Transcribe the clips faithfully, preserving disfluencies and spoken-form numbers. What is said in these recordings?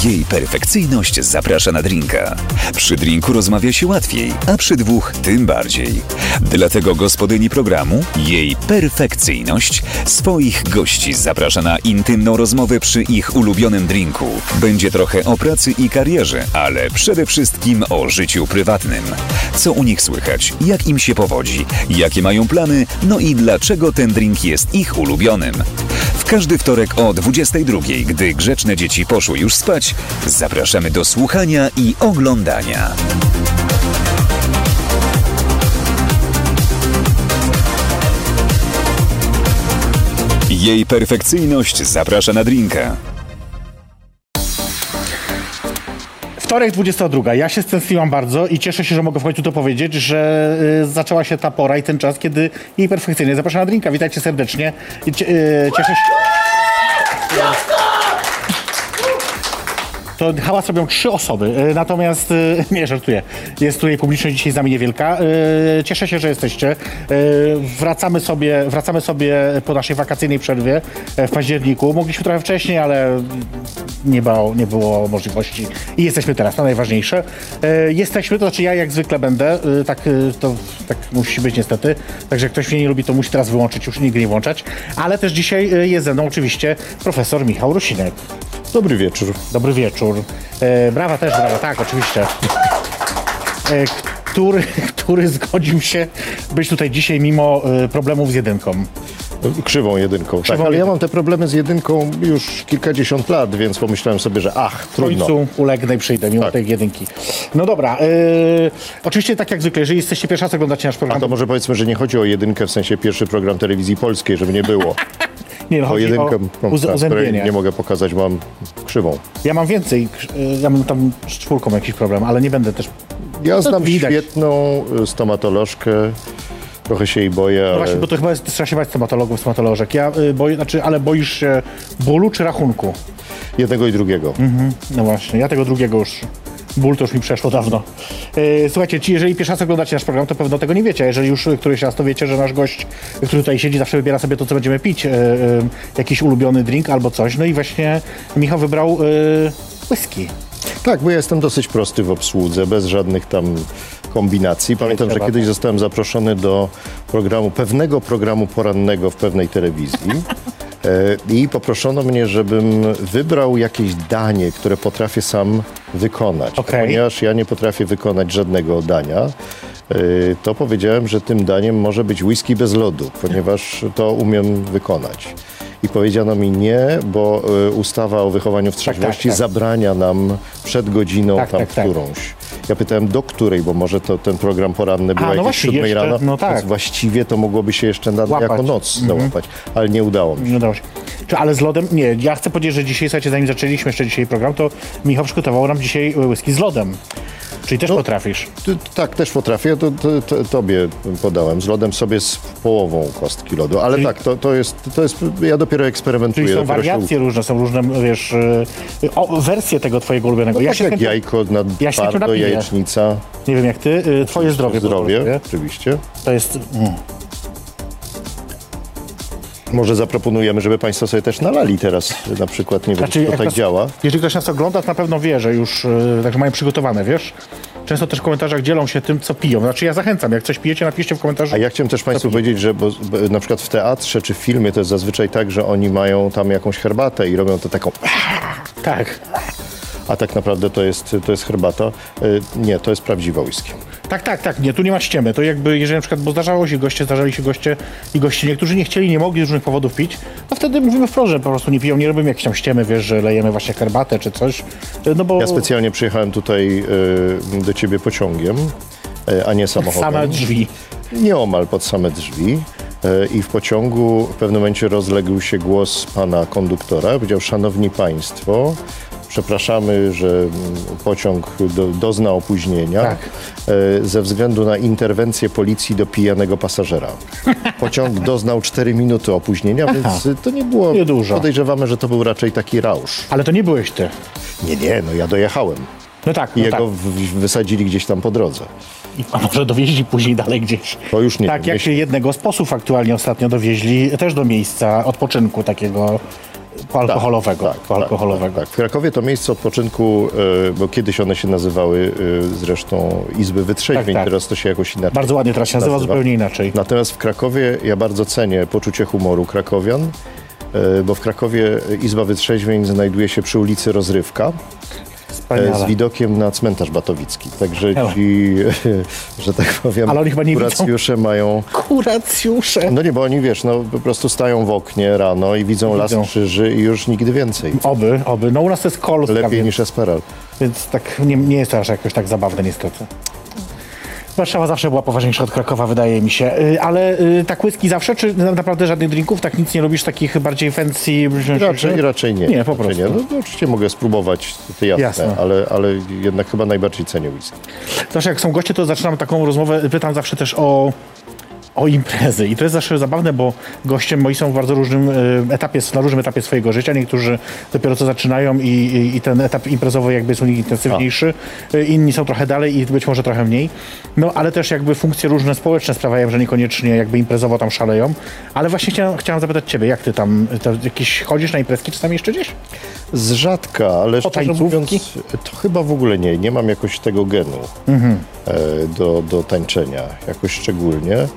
Jej perfekcyjność zaprasza na drinka. Przy drinku rozmawia się łatwiej, a przy dwóch tym bardziej. Dlatego gospodyni programu, jej perfekcyjność, swoich gości zaprasza na intymną rozmowę przy ich ulubionym drinku. Będzie trochę o pracy i karierze, ale przede wszystkim o życiu prywatnym. Co u nich słychać, jak im się powodzi, jakie mają plany, no i dlaczego ten drink jest ich ulubionym. W każdy wtorek o dwudziestej drugiej, gdy grzeczne dzieci poszły już spać, zapraszamy do słuchania i oglądania. Jej perfekcyjność zaprasza na drinka. Wtorek, dwudziesta druga. Ja się stęskniłam bardzo i cieszę się, że mogę w końcu to powiedzieć, że y, zaczęła się ta pora i ten czas, kiedy jej perfekcyjnie zapraszam na drinka. Witajcie serdecznie. I cie, y, cieszę się... To hałas robią trzy osoby, natomiast, nie żartuję, jest tutaj publiczność dzisiaj z nami niewielka. Cieszę się, że jesteście. Wracamy sobie, wracamy sobie po naszej wakacyjnej przerwie w październiku. Mogliśmy trochę wcześniej, ale nie było, nie było możliwości i jesteśmy teraz, to najważniejsze. Jesteśmy, to znaczy ja jak zwykle będę, tak, to, tak musi być niestety, także jak ktoś mnie nie lubi, to musi teraz wyłączyć, już nigdy nie włączać, ale też dzisiaj jest ze mną oczywiście profesor Michał Rusinek. Dobry wieczór. Dobry wieczór. E, brawa też, brawa, tak, oczywiście. E, który, który zgodził się być tutaj dzisiaj mimo e, problemów z jedynką. Krzywą jedynką. Krzywą tak, ale jedynką. ja mam te problemy z jedynką już kilkadziesiąt lat, więc pomyślałem sobie, że ach, trudno. W końcu ulegnę i przyjdę mimo Tak. tej jedynki. No dobra, e, oczywiście tak jak zwykle, jeżeli jesteście pierwszy raz oglądacie nasz program... A to może powiedzmy, że nie chodzi o jedynkę w sensie pierwszy program telewizji polskiej, żeby nie było. Nie, no, O chodzi jedynkę, o no, uz- tak, której uzębienie. nie mogę pokazać, mam krzywą. Ja mam więcej, e, ja mam tam z czwórką jakiś problem, ale nie będę też... Ja znam widać. świetną stomatolożkę, trochę się jej boję, No ale... właśnie, bo to chyba jest, trzeba się bać stomatologów, stomatolożek. Ja y, boję, znaczy, ale boisz się bólu czy rachunku? jednego i drugiego. Mhm. No właśnie, ja tego drugiego już, ból to już mi przeszło dawno. E, słuchajcie, ci, jeżeli pierwszy raz oglądacie nasz program, to pewno tego nie wiecie. A jeżeli już któryś raz, to wiecie, że nasz gość, który tutaj siedzi, zawsze wybiera sobie to, co będziemy pić. E, e, jakiś ulubiony drink albo coś. No i właśnie Michał wybrał e, whisky. Tak, bo ja jestem dosyć prosty w obsłudze, bez żadnych tam kombinacji. Pamiętam, że trzeba, kiedyś tak. zostałem zaproszony do programu, pewnego programu porannego w pewnej telewizji e, i poproszono mnie, żebym wybrał jakieś danie, które potrafię sam wykonać. Okej. Ponieważ ja nie potrafię wykonać żadnego dania, e, to powiedziałem, że tym daniem może być whisky bez lodu, ponieważ to umiem wykonać. I powiedziano mi nie, bo y, ustawa o wychowaniu w trzeźwości tak, tak. zabrania nam przed godziną Tak, tam tak, tak. którąś. Ja pytałem, do której, bo może to ten program poranny był A, no jakieś właśnie, siódmej jeszcze, rano, no tak. więc właściwie to mogłoby się jeszcze na, Łapać. jako noc Mhm. załapać, ale nie udało mi się. Nie udało się. Czy, ale z lodem? Nie, ja chcę powiedzieć, że dzisiaj, słuchajcie, zanim zaczęliśmy jeszcze dzisiaj program, to Michał przygotował nam dzisiaj whisky z lodem. Czyli też No. potrafisz. Ty, tak, też potrafię, to, to, to tobie podałem. Z lodem sobie z połową kostki lodu, ale Czyli- tak, to, to, jest, to jest, ja dopiero eksperymentuję. Czyli są dopiero się wariacje różne, są różne, wiesz, y, o, wersje tego twojego ulubionego. No ja tak się jak chętnie- jajko na ja się chętnie twardo, napiję. jajecznica. Nie wiem jak ty, y, twoje zdrowie. po Zdrowie, prostu, nie? oczywiście. To jest... Mm. Może zaproponujemy, żeby Państwo sobie też nalali teraz na przykład, nie wiem, Znaczy, czy to jak tak nas- działa. Jeżeli ktoś nas ogląda, to na pewno wie, że już y, także mają przygotowane, wiesz? Często też w komentarzach dzielą się tym, co piją. Znaczy ja zachęcam, jak coś pijecie, napiszcie w komentarzu. A ja chciałem też Państwu powiedzieć, że bo, bo, na przykład w teatrze czy w filmie to jest zazwyczaj tak, że oni mają tam jakąś herbatę i robią to taką, Tak. a tak naprawdę to jest, to jest herbata. Y, Nie, to jest prawdziwa whisky. Tak, tak, tak, nie, tu nie ma ściemy. To jakby, jeżeli na przykład, bo zdarzało się goście, zdarzali się goście i goście, niektórzy nie chcieli, nie mogli z różnych powodów pić, no wtedy mówimy wprost, że po prostu nie piją, nie robimy jakieś tam ściemy, wiesz, że lejemy właśnie herbatę czy coś, no bo Ja specjalnie przyjechałem tutaj y, do Ciebie pociągiem, y, a nie samochodem. same drzwi. Nieomal pod same drzwi. Y, I w pociągu w pewnym momencie rozległ się głos pana konduktora. Powiedział, szanowni państwo, przepraszamy, że mm, pociąg do, dozna opóźnienia Tak. e, ze względu na interwencję policji do pijanego pasażera. Pociąg doznał cztery minuty opóźnienia, Aha. więc y, to nie było... Niedużo. Podejrzewamy, że to był raczej taki rausz. Ale to nie byłeś ty. Nie, nie, no ja dojechałem. No tak, I no jego tak. w, wysadzili gdzieś tam po drodze. I, a może dowieźli później dalej gdzieś. To już nie Tak, wiem. jak jednego z posłów aktualnie ostatnio dowieźli też do miejsca odpoczynku takiego alkoholowego. Tak, tak, alkoholowego. tak, tak. W Krakowie to miejsce odpoczynku, e, bo kiedyś one się nazywały e, zresztą Izby Wytrzeźwień, Tak, tak. teraz to się jakoś inaczej Bardzo ładnie teraz się nazywa, nazywa. zupełnie inaczej. Natomiast w Krakowie ja bardzo cenię poczucie humoru krakowian, e, bo w Krakowie Izba Wytrzeźwień znajduje się przy ulicy Rozrywka. Wspaniale. Z widokiem na cmentarz batowicki. Także Wspaniale. ci, że tak powiem, Ale oni chyba nie widzą. kuracjusze mają... Kuracjusze. No nie, bo oni, wiesz, no po prostu stają w oknie rano i widzą las Widzą. krzyży i już nigdy więcej. Oby, oby. No u nas to jest Kolska, Lepiej więc, niż Esperal. więc tak nie, nie jest to aż jakoś tak zabawne niestety. Warszawa zawsze była poważniejsza od Krakowa, wydaje mi się. Y, Ale y, tak whisky zawsze, czy na- naprawdę żadnych drinków? Tak nic nie lubisz, takich bardziej fancy? Raczej, raczej nie. Nie, po raczej prostu. Nie. No, no, oczywiście mogę spróbować, to jasne, Jasne. Ale, ale jednak chyba najbardziej cenię whisky. Zawsze jak są goście, to zaczynam taką rozmowę, pytam zawsze też o, o imprezy. I to jest zawsze zabawne, bo goście moi są w bardzo różnym y, etapie, na różnym etapie swojego życia. Niektórzy dopiero co zaczynają i, i, i ten etap imprezowy jakby jest u nich intensywniejszy. Y, inni są trochę dalej i być może trochę mniej. No ale też jakby funkcje różne społeczne sprawiają, że niekoniecznie jakby imprezowo tam szaleją. Ale właśnie chciałem, chciałem zapytać ciebie, jak ty tam, to jakieś chodzisz na imprezki czasami jeszcze gdzieś? Z rzadka, ale szczerze tańcówki? mówiąc, to chyba w ogóle nie. Nie mam jakoś tego genu Mhm. e, do, do tańczenia, jakoś szczególnie. E,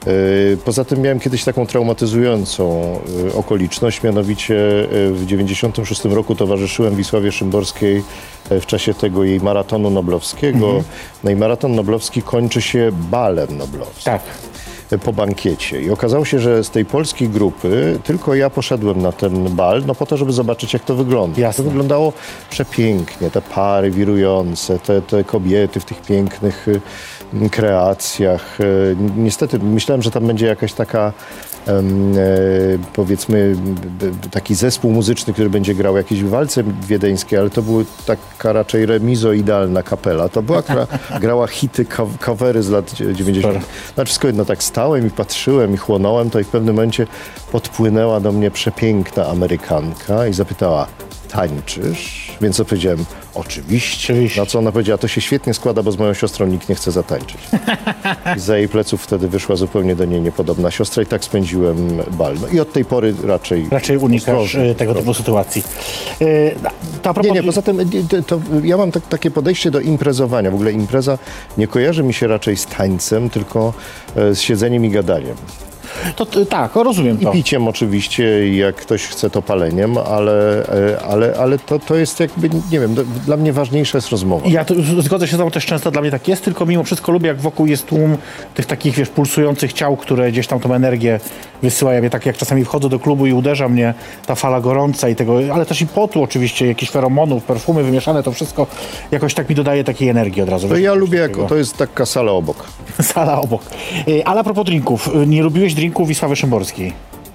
Poza tym miałem kiedyś taką traumatyzującą e, okoliczność, mianowicie e, w dziewięćdziesiątym szóstym roku towarzyszyłem Wisławie Szymborskiej e, w czasie tego jej maratonu noblowskiego. Mhm. No i maraton noblowski kończy się balem noblowskim. Tak. Po bankiecie. I okazało się, że z tej polskiej grupy tylko ja poszedłem na ten bal, no po to, żeby zobaczyć, jak to wygląda. Jasne. To wyglądało przepięknie, te pary wirujące, te, te kobiety w tych pięknych y, kreacjach. Y, niestety myślałem, że tam będzie jakaś taka em, e, powiedzmy b, b, taki zespół muzyczny, który będzie grał jakieś walce wiedeńskie, ale to była taka raczej remizoidalna kapela. To była, która grała hity, ka- covery z lat dziewięćdziesiątych. No wszystko jedno, tak stałem i patrzyłem i chłonąłem to i w pewnym momencie podpłynęła do mnie przepiękna Amerykanka i zapytała: tańczysz? Więc odpowiedziałem: oczywiście. Oczywiście. Na co ona powiedziała: to się świetnie składa, bo z moją siostrą nikt nie chce zatańczyć. I za jej pleców wtedy wyszła zupełnie do niej niepodobna siostra i tak spędziłem bal. No i od tej pory raczej... Raczej unikasz ostrożnie, y, tego typu sytuacji. Y, To a propos... Nie, nie, poza tym to, to ja mam tak, takie podejście do imprezowania. W ogóle impreza nie kojarzy mi się raczej z tańcem, tylko e, z siedzeniem i gadaniem. To, to, tak, rozumiem I to. piciem oczywiście, i jak ktoś chce, to paleniem, ale, e, ale, ale to, to jest jakby, nie wiem, do, dla mnie ważniejsza jest rozmowa. Ja to, zgodzę się z tobą, też często dla mnie tak jest, tylko mimo wszystko lubię, jak wokół jest tłum tych takich, wiesz, pulsujących ciał, które gdzieś tam tą energię wysyłają. Ja tak jak czasami wchodzę do klubu i uderza mnie ta fala gorąca i tego, ale też i potu oczywiście, jakichś feromonów, perfumy wymieszane, to wszystko jakoś tak mi dodaje takiej energii od razu. To wiesz, ja coś lubię, takiego. jako, to jest taka sala obok. Sala obok. Y, Ale a propos drinków, y, nie lubiłeś drinków Wisławy Szymborskiej?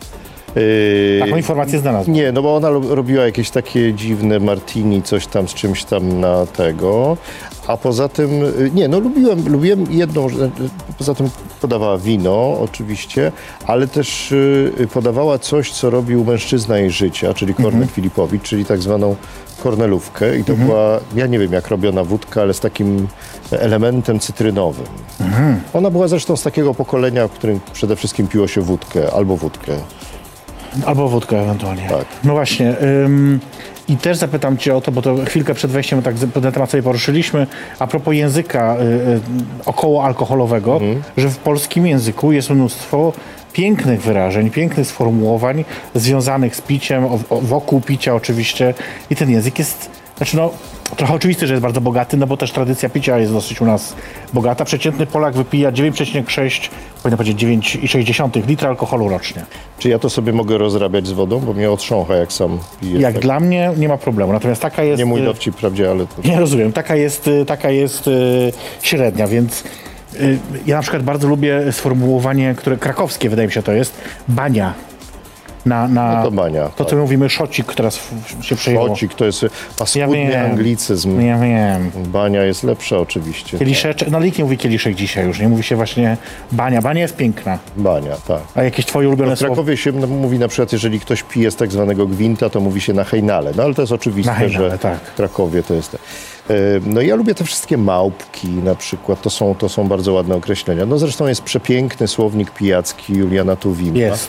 Yy, Taką informację znalazłem. Nie, no bo ona lo- robiła jakieś takie dziwne martini, coś tam z czymś tam na tego. A poza tym, y, nie, no lubiłem, lubiłem jedną, że- poza tym podawała wino oczywiście, ale też y, podawała coś, co robił mężczyzna jej życia, czyli Kornel Mhm. Filipowicz, czyli tak zwaną kornelówkę. I to była, ja nie wiem jak robiona wódka, ale z takim elementem cytrynowym. Mhm. Ona była zresztą z takiego pokolenia, w którym przede wszystkim piło się wódkę albo wódkę. Albo wódkę ewentualnie. Tak. No właśnie. Ym, I też zapytam cię o to, bo to chwilkę przed wejściem tak z- ten temat sobie poruszyliśmy. A propos języka y, y, około alkoholowego, że w polskim języku jest mnóstwo pięknych wyrażeń, pięknych sformułowań związanych z piciem, o, o, wokół picia oczywiście. I ten język jest, znaczy no, trochę oczywisty, że jest bardzo bogaty, no bo też tradycja picia jest dosyć u nas bogata. Przeciętny Polak wypija dziewięć przecinek sześć, powinno powiedzieć dziewięć przecinek sześć litra alkoholu rocznie. Czy ja to sobie mogę rozrabiać z wodą? Bo mnie otrzącha, jak sam piję. Jak tak. dla mnie nie ma problemu. Natomiast taka jest... Nie mój y, dowcip, wprawdzie, ale to... Nie rozumiem. Taka jest, y, taka jest y, średnia, więc y, ja na przykład bardzo lubię sformułowanie, które krakowskie wydaje mi się to jest, bania. Na, na No to bania, To, co tak. mówimy, szocik, teraz w- się przejęło. Szocik to jest Ja paskudny wiem. anglicyzm. Ja wiem. Bania jest lepsza oczywiście. Kieliszeczek, no nikt nie mówi kieliszek dzisiaj już, nie mówi się właśnie bania. Bania jest piękna. Bania, tak. A jakieś twoje ulubione W słowo? Krakowie się no, mówi na przykład, jeżeli ktoś pije z tak zwanego gwinta, to mówi się na hejnale. No ale to jest oczywiste, Na hejnale, że tak. w Krakowie to jest... E, No ja lubię te wszystkie małpki na przykład, to są, to są bardzo ładne określenia. No zresztą jest przepiękny słownik pijacki Juliana Tuwima. Jest.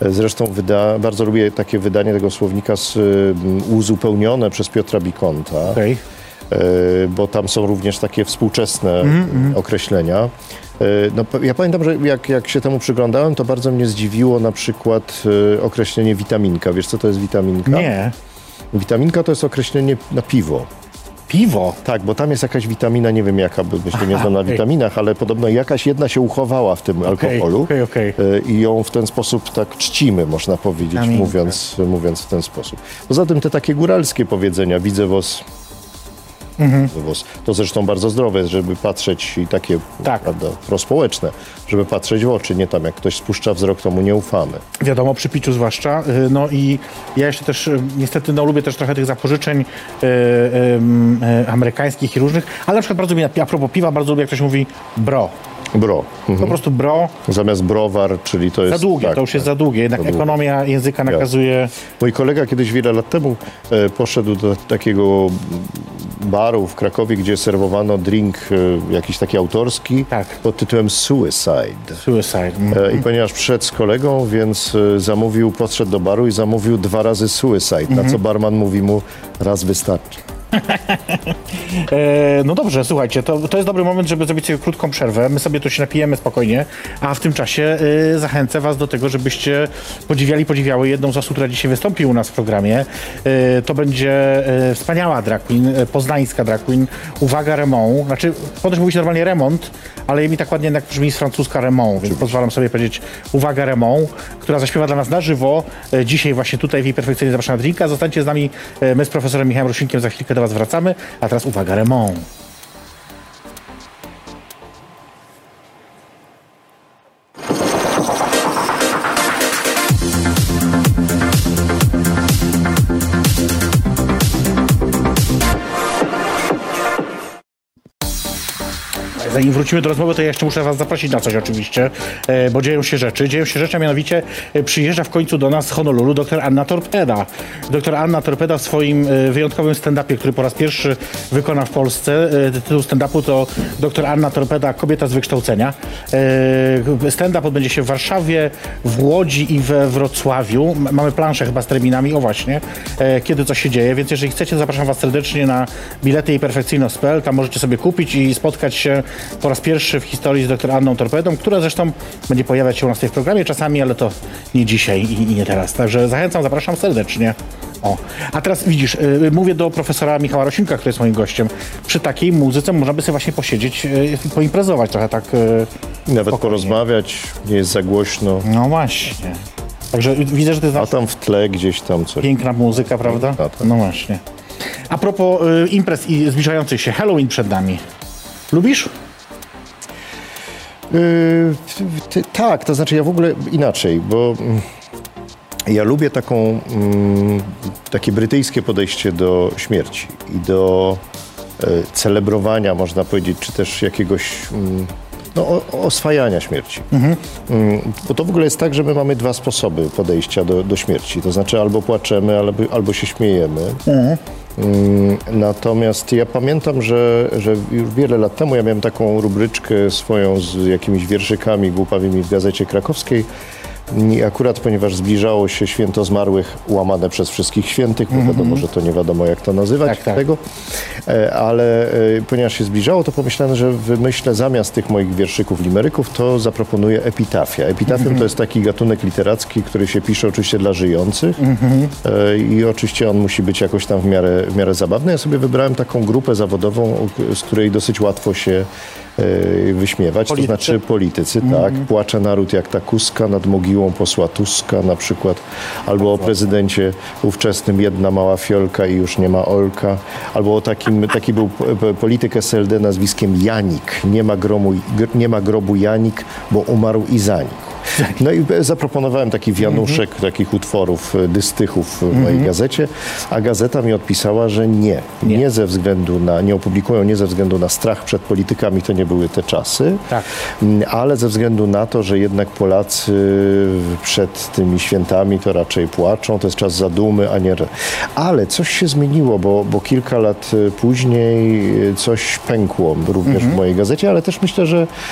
Zresztą wyda, bardzo lubię takie wydanie tego słownika z, um, uzupełnione przez Piotra Bikonta. Okay. Bo tam są również takie współczesne mm, mm. określenia. No, ja pamiętam, że jak, jak się temu przyglądałem, to bardzo mnie zdziwiło na przykład określenie witaminka. Wiesz, co to jest witaminka? Nie. Witaminka to jest określenie na piwo. Piwo? Tak, bo tam jest jakaś witamina, nie wiem jaka, bo się nie znam na okay. witaminach, ale podobno jakaś jedna się uchowała w tym okay, alkoholu okay, okay. i ją w ten sposób tak czcimy, można powiedzieć, mówiąc, mówiąc w ten sposób. Poza tym te takie góralskie powiedzenia, widzę was... Mhm. To zresztą bardzo zdrowe, żeby patrzeć i takie tak. prawda, prospołeczne, żeby patrzeć w oczy, nie tam jak ktoś spuszcza wzrok, to mu nie ufamy. Wiadomo, przy piciu zwłaszcza. No i ja jeszcze też niestety no, lubię też trochę tych zapożyczeń yy, yy, amerykańskich i różnych, ale na przykład bardzo lubię, a propos piwa, bardzo lubię jak ktoś mówi bro. Bro. Mhm. Po prostu bro. Zamiast browar, czyli to jest... Za długie, tak, to już tak, jest za długie. Jednak ekonomia długie. języka nakazuje... Ja. Mój kolega kiedyś wiele lat temu e, poszedł do takiego baru w Krakowie, gdzie serwowano drink e, jakiś taki autorski tak. pod tytułem Suicide. Suicide. Mm-hmm. E, I ponieważ przyszedł z kolegą, więc e, zamówił, podszedł do baru i zamówił dwa razy Suicide, mm-hmm. na co barman mówi mu, raz wystarczy. e, no dobrze, słuchajcie, to, to jest dobry moment, żeby zrobić sobie krótką przerwę. My sobie tu się napijemy spokojnie, a w tym czasie y, zachęcę was do tego, żebyście podziwiali, podziwiały jedną z osób, która dzisiaj wystąpi u nas w programie. Y, to będzie y, wspaniała drag queen, y, poznańska drag queen, uwaga, Remont. Znaczy, potem mówi się normalnie remont, ale mi tak ładnie jednak brzmi z francuska Remont, więc pozwalam sobie powiedzieć uwaga, Remont, która zaśpiewa dla nas na żywo. Y, dzisiaj właśnie tutaj w jej perfekcyjnie zapraszam na drinka. Zostańcie z nami, y, my z profesorem Michałem Rosinkiem za chwilkę do was wracamy, a teraz uwaga, Remont. Zanim wrócimy do rozmowy, to ja jeszcze muszę was zaprosić na coś oczywiście, bo dzieją się rzeczy. Dzieją się rzeczy, a mianowicie przyjeżdża w końcu do nas z Honolulu dr Anna Torpeda. Doktor Anna Torpeda w swoim wyjątkowym stand-upie, który po raz pierwszy wykona w Polsce. Tytuł stand-upu to Doktor Anna Torpeda, kobieta z wykształcenia. Stand-up odbędzie się w Warszawie, w Łodzi i we Wrocławiu. Mamy planszę chyba z terminami, o właśnie, kiedy coś się dzieje, więc jeżeli chcecie, zapraszam was serdecznie na bilety i perfekcyjność kropka p l. Tam możecie sobie kupić i spotkać się po raz pierwszy w historii z dr Anną Torpedą, która zresztą będzie pojawiać się u nas tutaj w programie czasami, ale to nie dzisiaj i, i nie teraz. Także zachęcam, zapraszam serdecznie. O. A teraz widzisz, yy, mówię do profesora Michała Rosinka, który jest moim gościem. Przy takiej muzyce można by sobie właśnie posiedzieć, yy, poimprezować trochę tak. Yy, Nawet spokojnie. Porozmawiać, nie jest za głośno. No właśnie. Także widzę, że to jest... A tam w tle gdzieś tam coś. Piękna muzyka, prawda? A, tak. No właśnie. A propos yy, imprez i zbliżających się, Halloween przed nami. Lubisz? Yy, ty, tak, to znaczy ja w ogóle inaczej, bo ja lubię taką, mm, takie brytyjskie podejście do śmierci i do y, celebrowania, można powiedzieć, czy też jakiegoś mm, no, o, oswajania śmierci. Mhm. Mm, bo to w ogóle jest tak, że my mamy dwa sposoby podejścia do, do śmierci. To znaczy albo płaczemy, albo, albo się śmiejemy. Mhm. Natomiast ja pamiętam, że, że już wiele lat temu ja miałem taką rubryczkę swoją z jakimiś wierszykami głupawymi w Gazecie Krakowskiej. I akurat ponieważ zbliżało się święto zmarłych łamane przez wszystkich świętych, bo wiadomo, że to nie wiadomo jak to nazywać tak, tak. tego, ale ponieważ się zbliżało, to pomyślałem, że wymyślę zamiast tych moich wierszyków, limeryków, to zaproponuję epitafia. Epitafium mm-hmm. to jest taki gatunek literacki, który się pisze oczywiście dla żyjących mm-hmm. i oczywiście on musi być jakoś tam w miarę, w miarę zabawny. Ja sobie wybrałem taką grupę zawodową, z której dosyć łatwo się wyśmiewać, politycy? To znaczy politycy, mm-hmm. tak. Płacze naród jak ta kuska nad mogiłą posła Tuska na przykład, albo o prezydencie ówczesnym jedna mała fiolka i już nie ma Olka, albo o takim, taki był polityk S L D nazwiskiem Janik, nie ma, gromu, nie ma grobu Janik, bo umarł i zanikł. No i zaproponowałem taki wianuszek mm-hmm. takich utworów, dystychów w mm-hmm. mojej gazecie, a gazeta mi odpisała, że nie. Nie, nie ze względu na, nie opublikują nie ze względu na strach przed politykami, to nie były te czasy, tak. ale ze względu na to, że jednak Polacy przed tymi świętami to raczej płaczą, to jest czas zadumy, a nie... Ale coś się zmieniło, bo, bo kilka lat później coś pękło również mm-hmm. w mojej gazecie, ale też myślę, że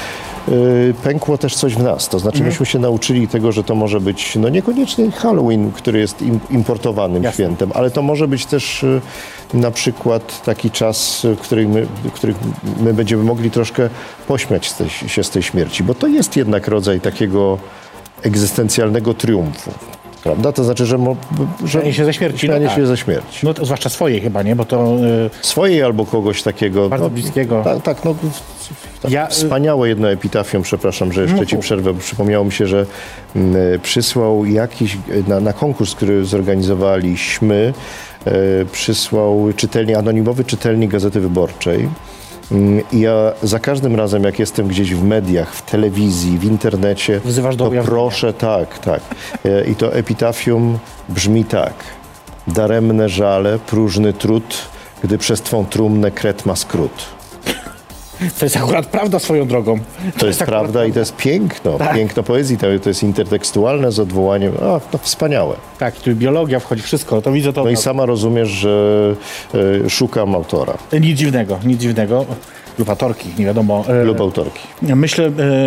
y, pękło też coś w nas. To znaczy Mhm. myśmy się nauczyli tego, że to może być no niekoniecznie Halloween, który jest im, importowanym Jasne. świętem, ale to może być też y, na przykład taki czas, w którym my, w którym my będziemy mogli troszkę pośmiać z tej, się z tej śmierci, bo to jest jednak rodzaj takiego egzystencjalnego triumfu. Prawda? To znaczy, że... Mo, że Śmianie się ze śmierci, no Śmianie tak. się ze śmierci. No to zwłaszcza swojej chyba, nie? Bo to y, Swojej albo kogoś takiego... bardzo no, bliskiego. Tak, tak, no... Tak, Ja, y- wspaniałe jedno epitafium, przepraszam, że jeszcze No ci mów. przerwę, bo przypomniało mi się, że mm, przysłał jakiś, na, na konkurs, który zorganizowaliśmy, e, przysłał czytelnik, anonimowy czytelnik Gazety Wyborczej. Mm, I ja za każdym razem, jak jestem gdzieś w mediach, w telewizji, w internecie, Wzywasz do to ujawnienia. proszę, tak, tak. E, I to epitafium brzmi tak. Daremne żale, próżny trud, gdy przez twą trumnę kret ma skrót. to jest akurat prawda swoją drogą. To jest akurat prawda i to jest piękno, Tak. piękno poezji, to, to jest intertekstualne z odwołaniem, a, no wspaniałe. Tak, tu biologia wchodzi, wszystko, to widzę to. No i sama rozumiesz, że e, szukam autora Nic dziwnego, nic dziwnego. Lub autorki, nie wiadomo. E, lub autorki. Myślę, e,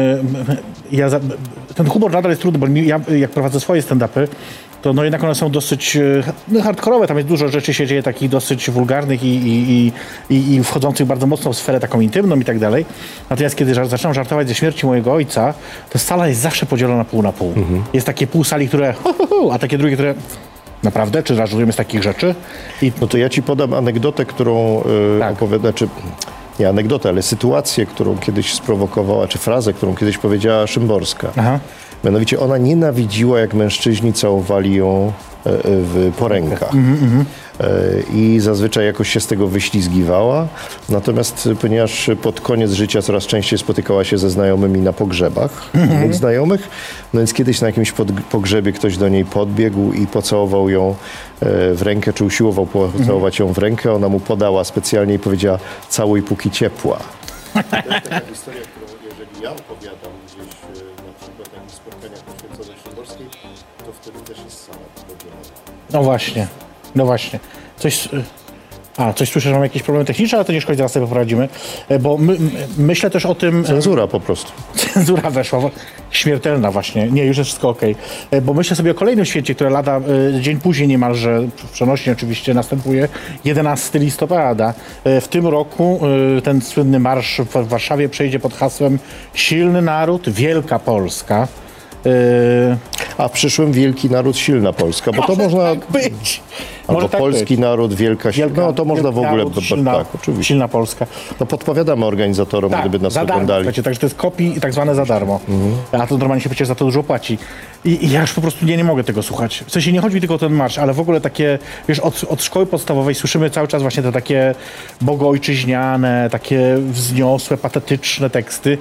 ja za, ten humor nadal jest trudny, bo mi- ja jak prowadzę swoje stand-upy, to no jednak one są dosyć e, no, hardkorowe, tam jest dużo rzeczy się dzieje takich dosyć wulgarnych i, i, i, i, i wchodzących bardzo mocno w sferę taką intymną i tak dalej. Natomiast kiedy żar- zaczynam żartować ze śmierci mojego ojca, to sala jest zawsze podzielona pół na pół. Jest takie pół sali, które hu, hu, hu, a takie drugie, które naprawdę, czy żartujemy z takich rzeczy? I No to ja ci podam anegdotę, którą e, Tak. opowiada, czy nie anegdotę, ale sytuację, którą kiedyś sprowokowała, czy frazę, którą kiedyś powiedziała Szymborska. Aha. Mianowicie ona nienawidziła, jak mężczyźni całowali ją e, e, w porękach. E, I zazwyczaj jakoś się z tego wyślizgiwała. Natomiast e, ponieważ pod koniec życia coraz częściej spotykała się ze znajomymi na pogrzebach innych znajomych, no więc kiedyś na jakimś pod, pogrzebie ktoś do niej podbiegł i pocałował ją e, w rękę, czy usiłował pocałować ją w rękę. Ona mu podała specjalnie i powiedziała: całuj póki ciepła. To jest taka historia, którą jeżeli ja opowiadam gdzieś na przykład na jakichś spotkaniach poświęconych Szymborskiej, to wtedy też jest sala podzielona. No właśnie, no właśnie. Coś... y, A, coś słyszę, że mam jakieś problemy techniczne, ale to nie szkodzi, zaraz sobie poradzimy. E, Bo my, my, myślę też o tym... Cenzura po prostu. Cenzura weszła, wo- śmiertelna właśnie. Nie, już jest wszystko okej. E, Bo myślę sobie o kolejnym święcie, które lada e, dzień później niemalże, przenośnie oczywiście, następuje jedenastego listopada. E, W tym roku e, ten słynny marsz w Warszawie przejdzie pod hasłem Silny naród, wielka Polska. E, A w przyszłym wielki naród, silna Polska, bo to może można... tak być. Albo Może tak polski być. naród, wielka, Wielka- No to można w wielki ogóle... naród, bo- silna, tak, oczywiście. silna Polska. No podpowiadamy organizatorom, gdyby nas za darmo, oglądali. słuchajcie, także to jest kopii tak zwane za darmo. A to normalnie się przecież za to dużo płaci. I, I ja już po prostu nie, nie mogę tego słuchać. W sensie nie chodzi mi tylko o ten marsz, ale w ogóle takie, wiesz, od, od szkoły podstawowej słyszymy cały czas właśnie te takie bogoojczyźniane, takie wzniosłe, patetyczne teksty.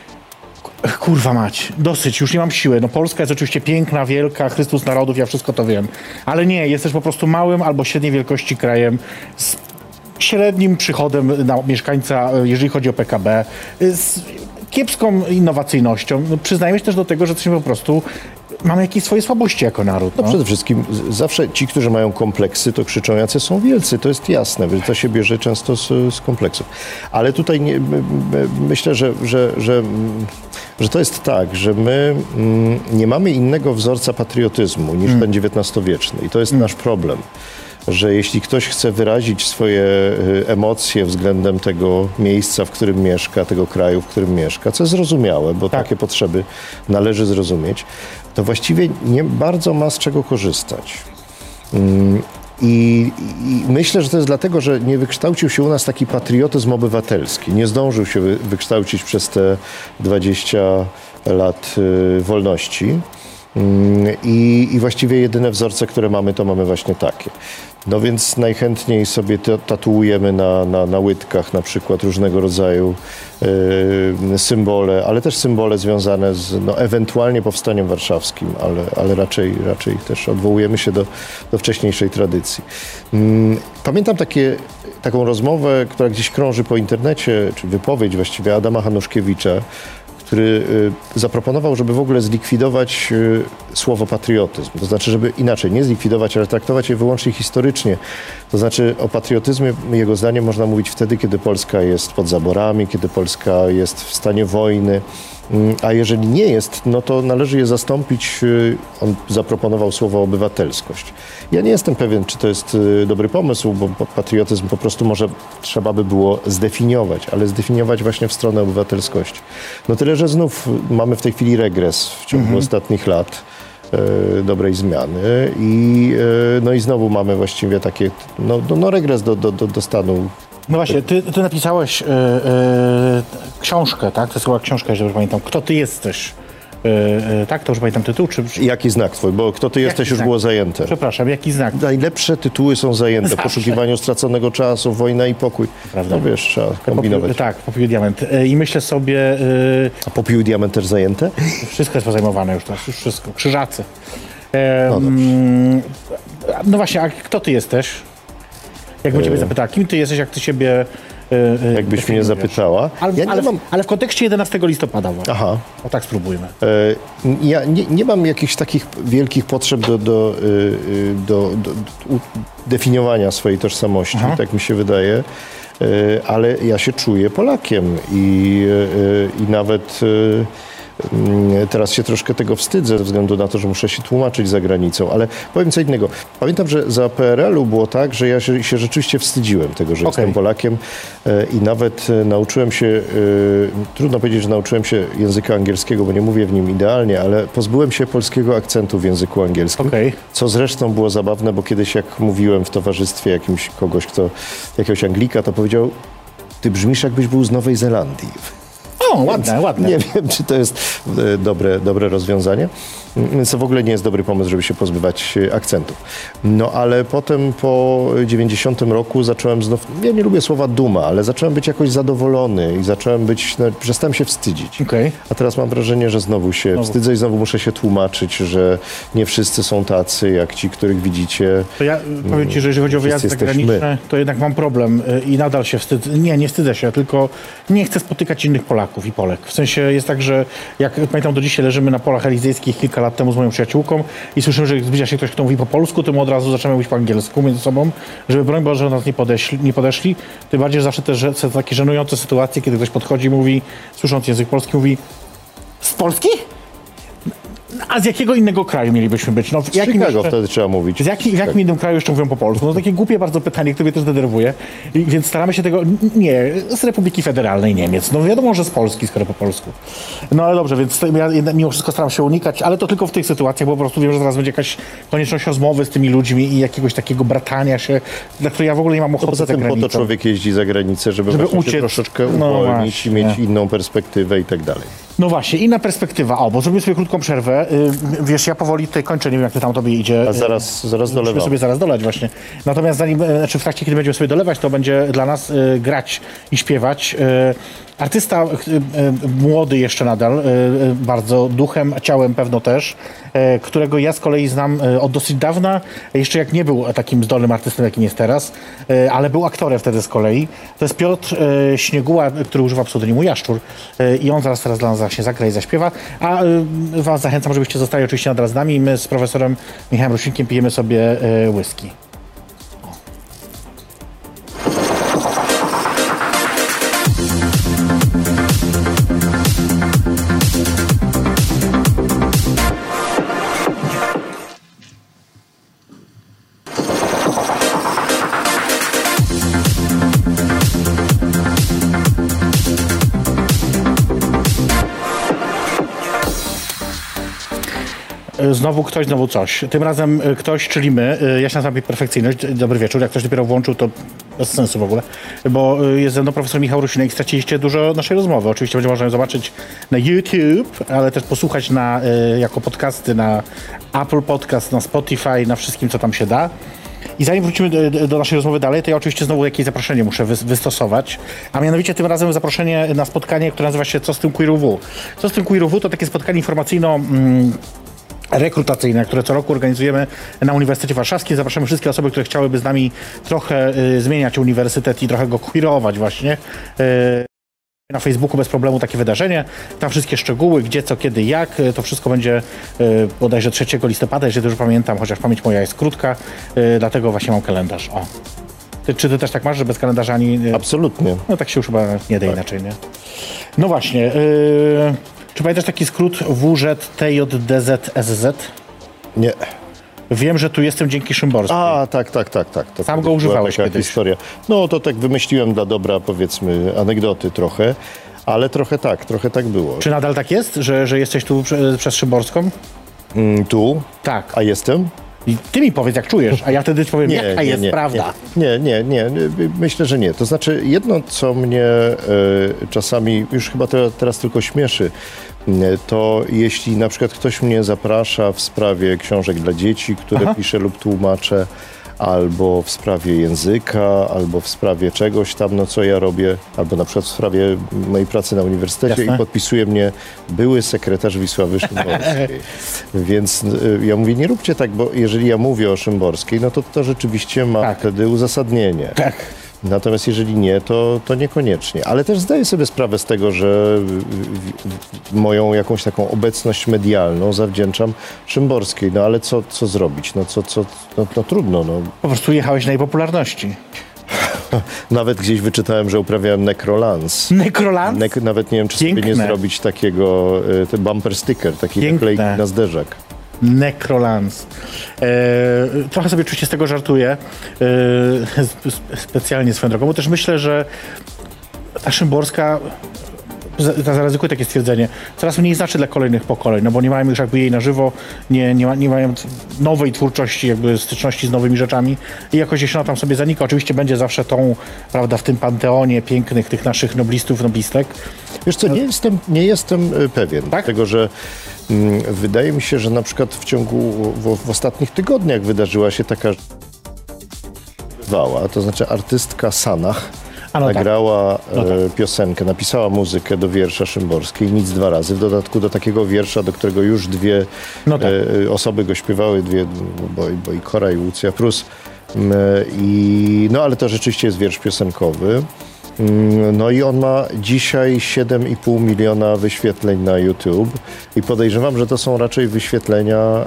Kurwa mać, dosyć, już nie mam siły. No Polska jest oczywiście piękna, wielka, Chrystus narodów, ja wszystko to wiem. Ale nie, jest też po prostu małym albo średniej wielkości krajem z średnim przychodem na mieszkańca, jeżeli chodzi o P K B, z kiepską innowacyjnością. No, przyznajmy się też do tego, że jesteśmy po prostu, mamy jakieś swoje słabości jako naród. No No. przede wszystkim z- zawsze ci, którzy mają kompleksy, to krzyczą, jacy są wielcy. To jest jasne, bo to się bierze często z, z kompleksów. Ale tutaj nie, my, my, myślę, że, że, że, mm, że to jest tak, że my mm, nie mamy innego wzorca patriotyzmu niż ten dziewiętnastowieczny. I to jest nasz problem. Że jeśli ktoś chce wyrazić swoje y, emocje względem tego miejsca, w którym mieszka, tego kraju, w którym mieszka, co jest zrozumiałe, bo Tak. takie potrzeby należy zrozumieć, to właściwie nie bardzo ma z czego korzystać. Ym, I, I myślę, że to jest dlatego, że nie wykształcił się u nas taki patriotyzm obywatelski. Nie zdążył się wy- wykształcić przez te dwadzieścia lat y, wolności. Mm, I, I właściwie jedyne wzorce, które mamy, to mamy właśnie takie. No więc najchętniej sobie to tatuujemy na, na, na łydkach na przykład różnego rodzaju y, symbole, ale też symbole związane z no, ewentualnie powstaniem warszawskim, ale, ale raczej, raczej też odwołujemy się do, do wcześniejszej tradycji. Mm, pamiętam takie, taką rozmowę, która gdzieś krąży po internecie, czy wypowiedź właściwie Adama Hanuszkiewicza, który y, zaproponował, żeby w ogóle zlikwidować y, słowo patriotyzm. To znaczy, żeby inaczej, nie zlikwidować, ale traktować je wyłącznie historycznie. To znaczy o patriotyzmie, jego zdaniem, można mówić wtedy, kiedy Polska jest pod zaborami, kiedy Polska jest w stanie wojny. A jeżeli nie jest, no to należy je zastąpić, on zaproponował słowo obywatelskość. Ja nie jestem pewien, czy to jest dobry pomysł, bo patriotyzm po prostu może trzeba by było zdefiniować, ale zdefiniować właśnie w stronę obywatelskości. No tyle, że znów mamy w tej chwili regres w ciągu mhm. ostatnich lat e, dobrej zmiany i, e, no i znowu mamy właściwie takie, no, no, no regres do, do, do, do stanu. No właśnie, ty, ty napisałeś e, e, książkę, tak? To jest chyba książka, jeżeli pamiętam. Kto ty jesteś? E, e, tak, to już pamiętam tytuł? Czy... Jaki znak twój? Bo Kto ty jaki jesteś znak? Już było zajęte. Przepraszam, jaki znak? Najlepsze tytuły są zajęte. Zawsze. Poszukiwaniu straconego czasu, Wojna i pokój. Prawda. No wiesz, trzeba kombinować. Popiół, tak, Popiół i diament. E, I myślę sobie... E, A Popiół i diament też zajęte? Wszystko jest pozajmowane już teraz, już wszystko. Krzyżacy. E, no, mm, no właśnie, a kto ty jesteś? Jakbym e... ciebie zapytała, kim ty jesteś, jak ty siebie... Yy, Jakbyś mnie zapytała. Ale, ja ale, mam... ale w kontekście jedenastego listopada właśnie. Aha. O tak spróbujmy. Yy, ja nie, nie mam jakichś takich wielkich potrzeb do, do, yy, do, do, do definiowania swojej tożsamości, Aha. tak mi się wydaje. Yy, ale ja się czuję Polakiem i, yy, i nawet... Yy, Teraz się troszkę tego wstydzę ze względu na to, że muszę się tłumaczyć za granicą, ale powiem co innego. Pamiętam, że za P R L u było tak, że ja się, się rzeczywiście wstydziłem tego, że okay. jestem Polakiem i nawet nauczyłem się, trudno powiedzieć, że nauczyłem się języka angielskiego, bo nie mówię w nim idealnie, ale pozbyłem się polskiego akcentu w języku angielskim, okay. co zresztą było zabawne, bo kiedyś jak mówiłem w towarzystwie jakimś kogoś, kto, jakiegoś Anglika, to powiedział: ty brzmisz, jakbyś był z Nowej Zelandii. O, ładne, Więc ładne. Nie wiem, czy to jest dobre, dobre rozwiązanie. Więc to w ogóle nie jest dobry pomysł, żeby się pozbywać akcentów. No ale potem po dziewięćdziesiątym roku zacząłem znów, ja nie lubię słowa duma, ale zacząłem być jakoś zadowolony i zacząłem być, no, przestałem się wstydzić. Okay. A teraz mam wrażenie, że znowu się znowu. wstydzę i znowu muszę się tłumaczyć, że nie wszyscy są tacy, jak ci, których widzicie. To ja powiem ci, że jeżeli chodzi o wyjazdy zagraniczne, to jednak mam problem i nadal się wstydzę. Nie, nie wstydzę się, tylko nie chcę spotykać innych Polaków i Polek. W sensie jest tak, że jak pamiętam do dzisiaj leżymy na polach elizejskich kilka lat temu z moją przyjaciółką i słyszymy, że zbliża się ktoś, kto mówi po polsku, to my od razu zaczynamy mówić po angielsku między sobą, żeby broń Boże nas nie podeszli, nie podeszli. Tym bardziej, że zawsze te że, takie żenujące sytuacje, kiedy ktoś podchodzi i mówi, słysząc język polski, mówi: z Polski? A z jakiego innego kraju mielibyśmy być? No, w z jakim Chicago jeszcze, wtedy trzeba mówić. Z jaki, w jakim tak. innym kraju jeszcze mówią po polsku? No takie głupie bardzo pytanie, które mnie też denerwuje. I, więc staramy się tego... Nie, z Republiki Federalnej Niemiec. No wiadomo, że z Polski, skoro po polsku. No ale dobrze, więc ja mimo wszystko staram się unikać, ale to tylko w tych sytuacjach, bo po prostu wiem, że zaraz będzie jakaś konieczność rozmowy z tymi ludźmi i jakiegoś takiego bratania się, dla której ja w ogóle nie mam ochoty. Poza tym po to człowiek jeździ za granicę, żeby, żeby uciec, się troszeczkę uwolnić no i mieć inną perspektywę i tak dalej. No właśnie, inna perspektywa. O, bo zrobię sobie krótką przerwę. Yy, wiesz, ja powoli tutaj kończę, nie wiem jak to tam tobie idzie. A zaraz, zaraz dolewam. Musimy sobie zaraz dolać właśnie. Natomiast zanim, znaczy w trakcie, kiedy będziemy sobie dolewać, to będzie dla nas yy, grać i śpiewać. Yy, artysta yy, młody jeszcze nadal, yy, bardzo duchem, ciałem pewno też, yy, którego ja z kolei znam yy, od dosyć dawna, jeszcze jak nie był takim zdolnym artystą, jakim jest teraz, yy, ale był aktorem wtedy z kolei. To jest Piotr yy, Śnieguła, który używa pseudonimu Jaszczur yy, i on zaraz teraz dla nas właśnie zagra i zaśpiewa. A yy, was zachęcam, żebyście zostali oczywiście nadal z nami. My z profesorem Michałem Rusinkiem pijemy sobie yy, whisky. Znowu ktoś, znowu coś. Tym razem ktoś, czyli my. Ja się nazywam Perfekcyjność. Dobry wieczór. Jak ktoś dopiero włączył, to bez sensu w ogóle. Bo jest ze mną profesor Michał Rusinek i straciliście dużo naszej rozmowy. Oczywiście będzie można ją zobaczyć na YouTube, ale też posłuchać na, jako podcasty na Apple Podcast, na Spotify, na wszystkim, co tam się da. I zanim wrócimy do, do naszej rozmowy dalej, to ja oczywiście znowu jakieś zaproszenie muszę wy, wystosować. A mianowicie tym razem zaproszenie na spotkanie, które nazywa się Co z tym Queer U W? Co z tym Queer U W to takie spotkanie informacyjno... Mm, rekrutacyjne, które co roku organizujemy na Uniwersytecie Warszawskim. Zapraszamy wszystkie osoby, które chciałyby z nami trochę y, zmieniać uniwersytet i trochę go queerować właśnie. Y, na Facebooku bez problemu takie wydarzenie. Tam wszystkie szczegóły, gdzie, co, kiedy, jak. To wszystko będzie y, bodajże trzeciego listopada, jeżeli dobrze pamiętam, chociaż pamięć moja jest krótka, y, dlatego właśnie mam kalendarz. O. Ty, czy ty też tak masz, że bez kalendarza ani... Y, Absolutnie. No tak się już chyba nie da tak. inaczej, nie? No właśnie. Y, Czy pamiętasz taki skrót W Z T J D Z S Z? Nie. Wiem, że tu jestem dzięki Szymborskiej. A, tak, tak, tak, tak. To Sam kiedyś go używałeś była taka kiedyś. historia. No to tak wymyśliłem dla dobra, powiedzmy, anegdoty trochę, ale trochę tak, trochę tak było. Czy nadal tak jest, że, że jesteś tu prze, przez Szymborską? Mm, tu? Tak. A jestem? I ty mi powiedz, jak czujesz, a ja wtedy ci powiem, jaka jest prawda. Nie, nie, nie, nie, myślę, że nie. To znaczy jedno, co mnie e, czasami już chyba teraz, teraz tylko śmieszy, to jeśli na przykład ktoś mnie zaprasza w sprawie książek dla dzieci, które Aha. piszę lub tłumaczę, albo w sprawie języka, albo w sprawie czegoś tam, no co ja robię, albo na przykład w sprawie mojej pracy na uniwersytecie. Jasne. I podpisuje mnie były sekretarz Wisławy Szymborskiej. Więc y, ja mówię, nie róbcie tak, bo jeżeli ja mówię o Szymborskiej, no to to rzeczywiście ma Tak. wtedy uzasadnienie. Tak. Natomiast jeżeli nie, to, to niekoniecznie. Ale też zdaję sobie sprawę z tego, że w- w- moją jakąś taką obecność medialną zawdzięczam Szymborskiej. No ale co, co zrobić? No, co, co, no, no trudno. No. Po prostu jechałeś na jej popularności. Nawet gdzieś wyczytałem, że uprawiałem necrolans. Nekroland? Nek- nawet nie wiem, czy sobie nie Piękne. zrobić takiego y, ten bumper sticker, takiej Piękne. naklejki na zderzak. Necrolans. E, trochę sobie oczywiście z tego żartuję. E, spe- specjalnie swoją drogą, bo też myślę, że ta Szymborska, za- zaryzykuję takie stwierdzenie, coraz mniej znaczy dla kolejnych pokoleń, no bo nie mają już jakby jej na żywo, nie, nie, ma, nie mają t- nowej twórczości, jakby styczności z nowymi rzeczami i jakoś gdzieś ona tam sobie zanika. Oczywiście będzie zawsze tą, prawda, w tym panteonie pięknych tych naszych noblistów, noblistek. Wiesz co, nie jestem, nie jestem y, pewien, Tak? dlatego że mm, wydaje mi się, że na przykład w ciągu, w, w ostatnich tygodniach wydarzyła się taka wała, to znaczy artystka Sanach A no tak. nagrała No tak. e, piosenkę, napisała muzykę do wiersza Szymborskiej, nic dwa razy, w dodatku do takiego wiersza, do którego już dwie No tak. e, osoby go śpiewały, dwie, bo, bo i Kora i Łucja Prus. Mm, I, no ale to rzeczywiście jest wiersz piosenkowy. Mm, No i on ma dzisiaj siedem i pół miliona wyświetleń na YouTube i podejrzewam, że to są raczej wyświetlenia e,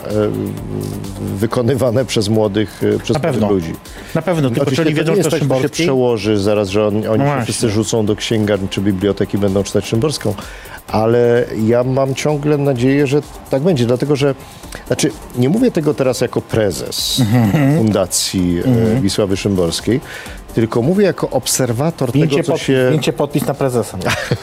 wykonywane przez młodych, e, przez Na młodych pewno. ludzi. Na pewno, tylko Oczywiście czyli to wiedzą, nie że jest to tak, że się Szymborski. przełoży zaraz, że on, oni No się właśnie. wszyscy rzucą do księgarni czy biblioteki, będą czytać Szymborską, ale ja mam ciągle nadzieję, że tak będzie, dlatego że, znaczy nie mówię tego teraz jako prezes Mhm. Fundacji e, Wisławy Szymborskiej, tylko mówię jako obserwator Zdjęcie, tego, co podpis, się... zdjęcie podpis na prezesa.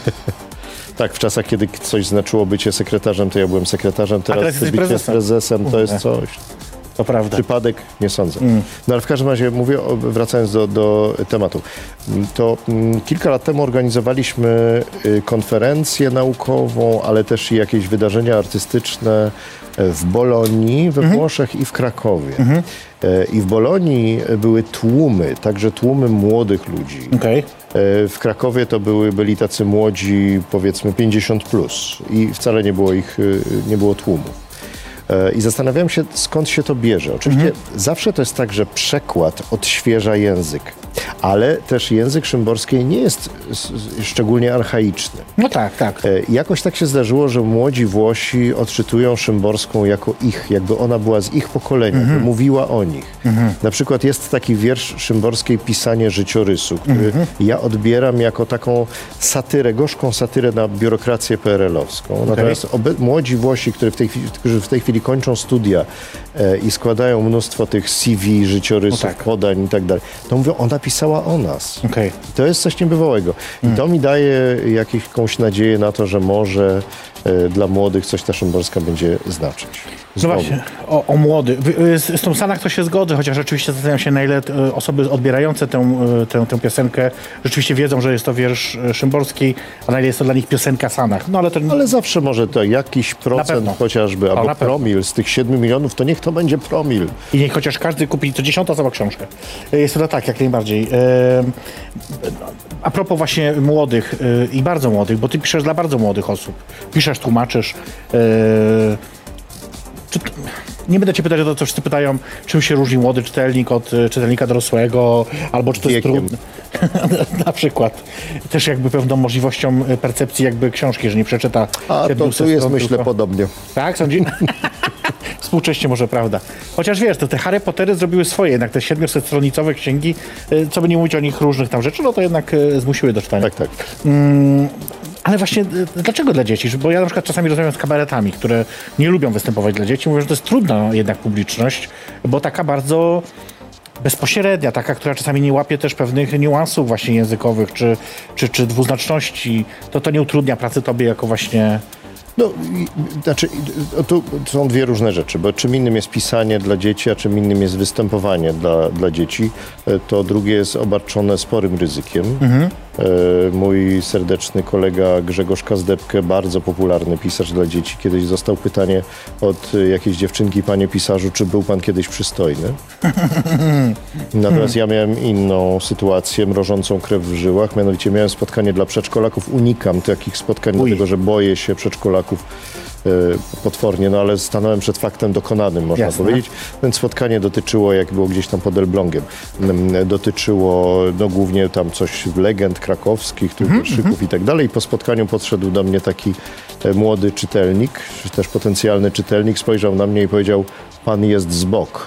Tak, w czasach, kiedy coś znaczyło bycie sekretarzem, to ja byłem sekretarzem, teraz, teraz jesteś bycie prezesem. prezesem to jest Kurde. coś... To prawda. Przypadek? Nie sądzę. Mm. No ale w każdym razie mówię, o- wracając do, do tematu, Mm, to mm, kilka lat temu organizowaliśmy y, konferencję naukową, ale też i jakieś wydarzenia artystyczne e, w Bolonii, we Włoszech i w Krakowie. E, I w Bolonii były tłumy, także tłumy młodych ludzi. Okej. E, W Krakowie to były, byli tacy młodzi, powiedzmy pięćdziesiąt plus i wcale nie było ich, y, nie było tłumów. E, I zastanawiałem się, skąd się to bierze. Oczywiście zawsze to jest tak, że przekład odświeża język, ale też język szymborskiej nie jest s- s- szczególnie archaiczny. No tak, tak. E, Jakoś tak się zdarzyło, że młodzi Włosi odczytują Szymborską jako ich, jakby ona była z ich pokolenia, jakby mówiła o nich. Na przykład jest taki wiersz Szymborskiej Pisanie życiorysu, który ja odbieram jako taką satyrę, gorzką satyrę na biurokrację P R L-owską. Natomiast obe- młodzi Włosi, którzy w tej chwili, którzy w tej chwili kończą studia e, i składają mnóstwo tych C V, życiorysów, No tak. podań i tak dalej, to mówią, ona pisała o nas. Okej. To jest coś niebywałego. I to mi daje jakąś nadzieję na to, że może e, dla młodych coś ta Szymborska będzie znaczyć. No Znowu. właśnie, o, o młody. Wy- Z, z tą Sanach to się zgodzę, chociaż rzeczywiście zastanawiam się, na ile e, osoby odbierające tę, e, tę, tę piosenkę rzeczywiście wiedzą, że jest to wiersz e, Szymborskiej, a na ile jest to dla nich piosenka Sanach. No ale to... Ale zawsze może to jakiś procent pewno. chociażby, albo na pewno. promil z tych siedmiu milionów, to niech to będzie promil. I niech chociaż każdy kupi co dziesiąta osoba książkę. E, Jest to tak, jak najbardziej. E, A propos właśnie młodych e, i bardzo młodych, bo ty piszesz dla bardzo młodych osób. Piszesz, tłumaczysz. e, Czy, t- nie będę cię pytać o to, co wszyscy pytają, czym się różni młody czytelnik od e, czytelnika dorosłego, albo czy to jest Wiekiem. trudne. Na przykład. Też jakby pewną możliwością e, percepcji jakby książki, że nie przeczyta A to siedmiuset tu jest, stron, myślę, tylko... podobnie. Tak, sądzi? Współcześnie może, prawda. Chociaż wiesz, to te Harry Pottery zrobiły swoje, jednak te siedmiosetstronicowe księgi, e, co by nie mówić o nich różnych tam rzeczy, no to jednak e, zmusiły do czytania. Tak, tak. Ale właśnie y, dlaczego dla dzieci? Bo ja na przykład czasami rozmawiam z kabaretami, które nie lubią występować dla dzieci. Mówią, że to jest trudna jednak publiczność, bo taka bardzo bezpośrednia, taka, która czasami nie łapie też pewnych niuansów właśnie językowych czy, czy, czy dwuznaczności. To to nie utrudnia pracy tobie jako właśnie... No, i, znaczy, i, tu są dwie różne rzeczy, bo czym innym jest pisanie dla dzieci, a czym innym jest występowanie dla, dla dzieci. To drugie jest obarczone sporym ryzykiem. Mhm. E, mój serdeczny kolega Grzegorz Kazdebke, bardzo popularny pisarz dla dzieci, kiedyś został pytanie od jakiejś dziewczynki: panie pisarzu, czy był pan kiedyś przystojny? Natomiast ja miałem inną sytuację, mrożącą krew w żyłach, mianowicie miałem spotkanie dla przedszkolaków. Unikam takich spotkań, Uj. dlatego że boję się przedszkolaków potwornie, no ale stanąłem przed faktem dokonanym, można Jasne. powiedzieć. Więc spotkanie dotyczyło, jak było gdzieś tam pod Elblągiem, dotyczyło no głównie tam coś legend krakowskich, mm-hmm, szyków mm-hmm. i tak dalej. I po spotkaniu podszedł do mnie taki młody czytelnik, czy też potencjalny czytelnik, spojrzał na mnie i powiedział: pan jest z bok.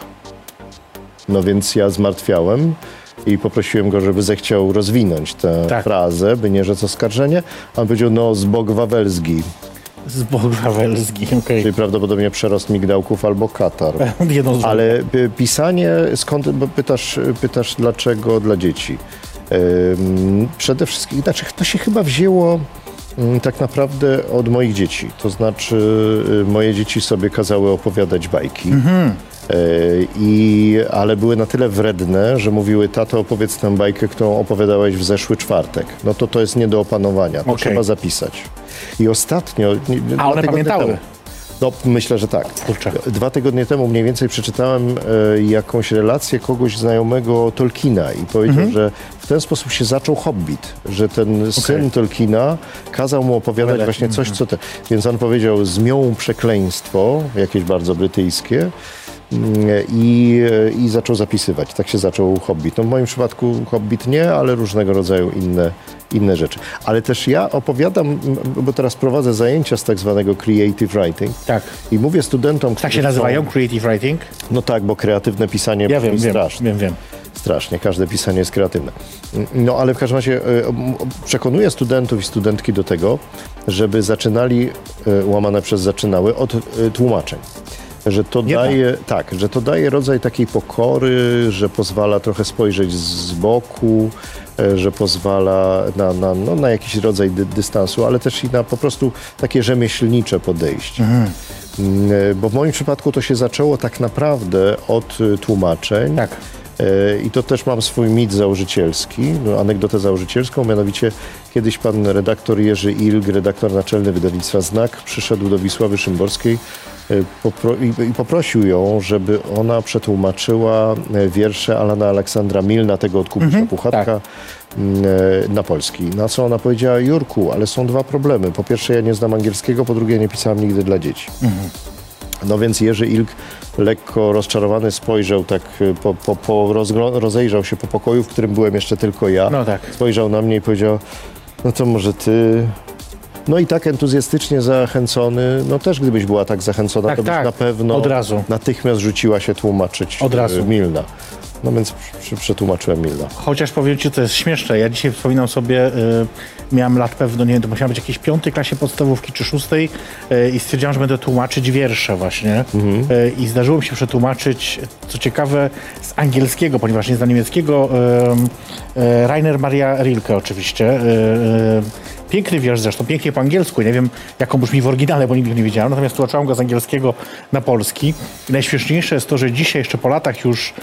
No więc ja zmartwiałem i poprosiłem go, żeby zechciał rozwinąć tę tak. frazę, by nie rzec oskarżenie. A on powiedział: no z bok wawelski. Z bok wawelski, okej. Okay. Czyli prawdopodobnie przerost migdałków albo katar. Ale pisanie, skąd, bo pytasz, pytasz dlaczego dla dzieci? Ym, przede wszystkim, znaczy to się chyba wzięło ym, tak naprawdę od moich dzieci. To znaczy y, moje dzieci sobie kazały opowiadać bajki. Mm-hmm. Y, i, ale były na tyle wredne, że mówiły: tato, opowiedz tę bajkę, którą opowiadałeś w zeszły czwartek. No to to jest nie do opanowania, to okay. trzeba zapisać. I ostatnio... A one pamiętały? Temu, no myślę, że tak. Kurczę. Dwa tygodnie temu mniej więcej przeczytałem e, jakąś relację kogoś znajomego Tolkiena i powiedział, mhm. że w ten sposób się zaczął Hobbit, że ten okay. syn Tolkiena kazał mu opowiadać Ale, właśnie coś, co te... Więc on powiedział: zmią przekleństwo, jakieś bardzo brytyjskie, I, i zaczął zapisywać. Tak się zaczął Hobbit. No w moim przypadku Hobbit nie, ale różnego rodzaju inne, inne rzeczy. Ale też ja opowiadam, bo teraz prowadzę zajęcia z tak zwanego creative writing. Tak. I mówię studentom... Tak się nazywają? Są... Creative writing? No tak, bo kreatywne pisanie ja wiem, strasznie. Wiem, wiem. Strasznie. Każde pisanie jest kreatywne. No ale w każdym razie przekonuję studentów i studentki do tego, żeby zaczynali, łamane przez zaczynały, od tłumaczeń. Że to, daje, tak, że to daje rodzaj takiej pokory, że pozwala trochę spojrzeć z boku, że pozwala na, na, no, na jakiś rodzaj dy, dystansu, ale też i na po prostu takie rzemieślnicze podejście. Mhm. Bo w moim przypadku to się zaczęło tak naprawdę od tłumaczeń. Tak. I to też mam swój mit założycielski, no, anegdotę założycielską, mianowicie kiedyś pan redaktor Jerzy Ilg, redaktor naczelny wydawnictwa Znak, przyszedł do Wisławy Szymborskiej popro- i, i poprosił ją, żeby ona przetłumaczyła wiersze Alana Aleksandra Milna, tego od Kubisza mhm, Puchatka, tak. na polski. Na co ona powiedziała: Jurku, ale są dwa problemy. Po pierwsze, ja nie znam angielskiego, po drugie, nie pisałam nigdy dla dzieci. Mhm. No więc Jerzy Ilg, lekko rozczarowany, spojrzał tak, po, po, po rozgro- rozejrzał się po pokoju, w którym byłem jeszcze tylko ja. No tak. Spojrzał na mnie i powiedział: no to może ty... No i tak entuzjastycznie zachęcony, no też gdybyś była tak zachęcona, tak, to byś tak. na pewno Od razu. natychmiast rzuciła się tłumaczyć Od razu. Milna. No więc przetłumaczyłem Milna. Chociaż powiem ci, to jest śmieszne. Ja dzisiaj wspominam sobie, y, miałem lat pewno, nie wiem, to musiałem być w jakiejś piątej klasie podstawówki czy szóstej y, i stwierdziłam, że będę tłumaczyć wiersze właśnie. Mhm. Y, I zdarzyło mi się przetłumaczyć, co ciekawe, z angielskiego, ponieważ nie znam niemieckiego, y, y, Rainer Maria Rilke oczywiście. Y, y, Piękny wiersz zresztą, pięknie po angielsku. Nie wiem, jaką brzmi w oryginale, bo nigdy go nie wiedziałem. Natomiast tłumaczyłam go z angielskiego na polski. I najśmieszniejsze jest to, że dzisiaj, jeszcze po latach już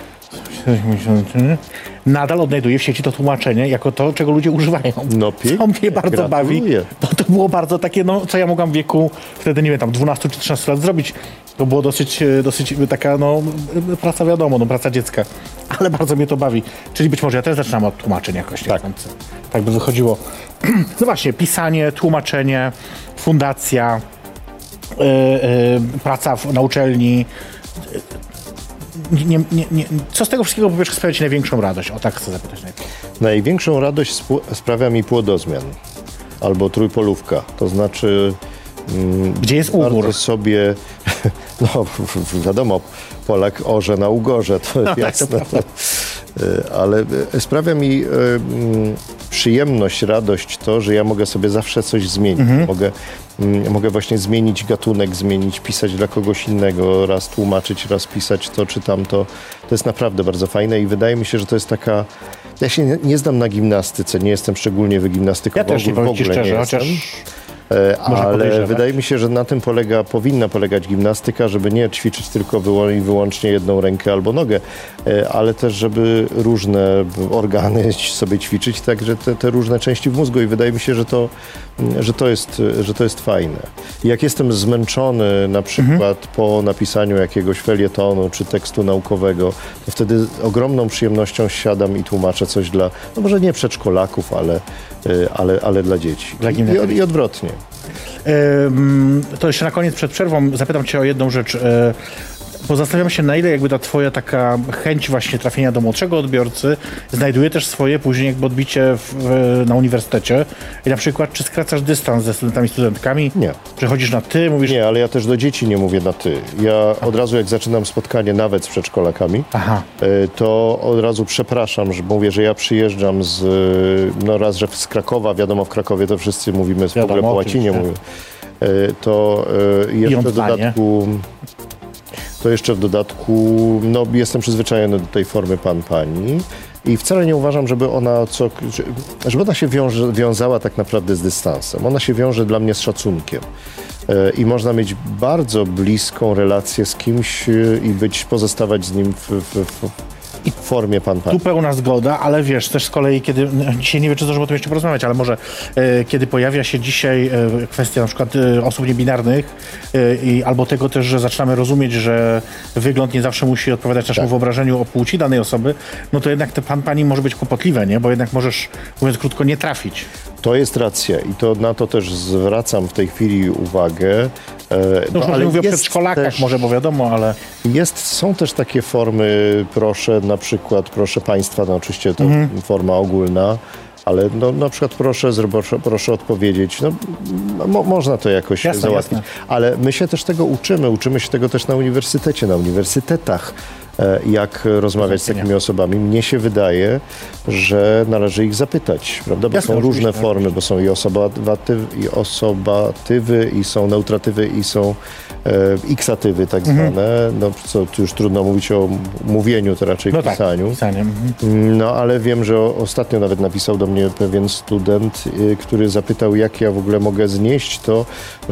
nadal odnajduję w sieci to tłumaczenie jako to, czego ludzie używają. No co mnie bardzo Gratuluję. bawi. Bo to było bardzo takie, no, co ja mogłam w wieku wtedy, nie wiem, tam dwunastu czy trzynastu lat zrobić. To było dosyć, dosyć taka, no, praca wiadomo, no, praca dziecka. Ale bardzo mnie to bawi. Czyli być może ja też zaczynam od tłumaczeń jakoś. Tak. Nie? Tak by wychodziło. No właśnie, pisanie, tłumaczenie, fundacja, yy, yy, praca w, na uczelni. Nie, nie, nie, nie. Co z tego wszystkiego po pierwsze sprawia ci największą radość? O tak chcę zapytać najpierw. Największą radość spu- sprawia mi płodozmian albo trójpolówka. To znaczy... Mm, Gdzie jest umór? sobie, no wiadomo, Polak orze na ugorze, to jest no, jasne. Tak, to ale sprawia mi przyjemność, radość to, że ja mogę sobie zawsze coś zmienić. Mhm. Mogę, mm, mogę właśnie zmienić gatunek, zmienić, pisać dla kogoś innego, raz tłumaczyć, raz pisać to czy tamto. To jest naprawdę bardzo fajne i wydaje mi się, że to jest taka... Ja się nie, nie znam na gimnastyce, nie jestem szczególnie wygimnastykowy. Ja też nie powiem ci szczerze, chociaż... E, Można ale podejrzewać. wydaje mi się, że na tym polega, powinna polegać gimnastyka, żeby nie ćwiczyć tylko wyło- i wyłącznie jedną rękę albo nogę, e, ale też, żeby różne organy sobie ćwiczyć, także te, te różne części w mózgu i wydaje mi się, że to, że to, jest, że to jest fajne. I jak jestem zmęczony na przykład mhm. po napisaniu jakiegoś felietonu czy tekstu naukowego, to wtedy ogromną przyjemnością siadam i tłumaczę coś dla, no może nie przedszkolaków, ale, e, ale, ale dla dzieci. Dla I, I odwrotnie. To jeszcze na koniec przed przerwą zapytam cię o jedną rzecz. Bo zastanawiam się, na ile jakby ta twoja taka chęć właśnie trafienia do młodszego odbiorcy znajduje też swoje później jakby odbicie w, w, na uniwersytecie. I na przykład, czy skracasz dystans ze studentami, studentkami? Nie. Przechodzisz na ty, mówisz... Nie, ale ja też do dzieci nie mówię na ty. Ja od razu jak zaczynam spotkanie nawet z przedszkolakami, Aha. to od razu przepraszam, że mówię, że ja przyjeżdżam z, no raz, że z Krakowa, wiadomo w Krakowie to wszyscy mówimy w ogóle po łacinie, mówimy. To jeszcze w dodatku... To jeszcze w dodatku, no jestem przyzwyczajony do tej formy pan, pani i wcale nie uważam, żeby ona, co, żeby ona się wiąże, wiązała tak naprawdę z dystansem. Ona się wiąże dla mnie z szacunkiem. I można mieć bardzo bliską relację z kimś i być, pozostawać z nim w, w, w, w formie pan, pani. Tu pełna zgoda, ale wiesz, też z kolei, kiedy, no, dzisiaj nie wiem, czy zdążymy o tym jeszcze porozmawiać, ale może e, kiedy pojawia się dzisiaj e, kwestia na przykład e, osób niebinarnych e, i albo tego też, że zaczynamy rozumieć, że wygląd nie zawsze musi odpowiadać naszemu Tak. wyobrażeniu o płci danej osoby, no to jednak te pan, pani może być kłopotliwe, nie? Bo jednak możesz, mówiąc krótko, nie trafić. To jest racja i to na to też zwracam w tej chwili uwagę. No, no ale mówię o przedszkolakach też, może, bo wiadomo, ale... Jest, są też takie formy, proszę, na przykład, proszę państwa, no oczywiście to Mhm. forma ogólna, ale no, na przykład proszę, proszę, proszę odpowiedzieć, no mo, można to jakoś Jasne, załatwić. jasne. Ale my się też tego uczymy, uczymy się tego też na uniwersytecie, na uniwersytetach, e, jak rozmawiać z takimi osobami. Mnie się wydaje, że należy ich zapytać, prawda? Bo Jasne, są różne oczywiście. formy, bo są i osobatywy, i osobatywy, i są neutratywy, i są e, iksatywy tak Mhm. zwane. No co, tu już trudno mówić o mówieniu, to raczej No tak, pisaniu. pisanie. Mhm. No ale wiem, że o, ostatnio nawet napisał do mnie pewien student, y, który zapytał, jak ja w ogóle mogę znieść to,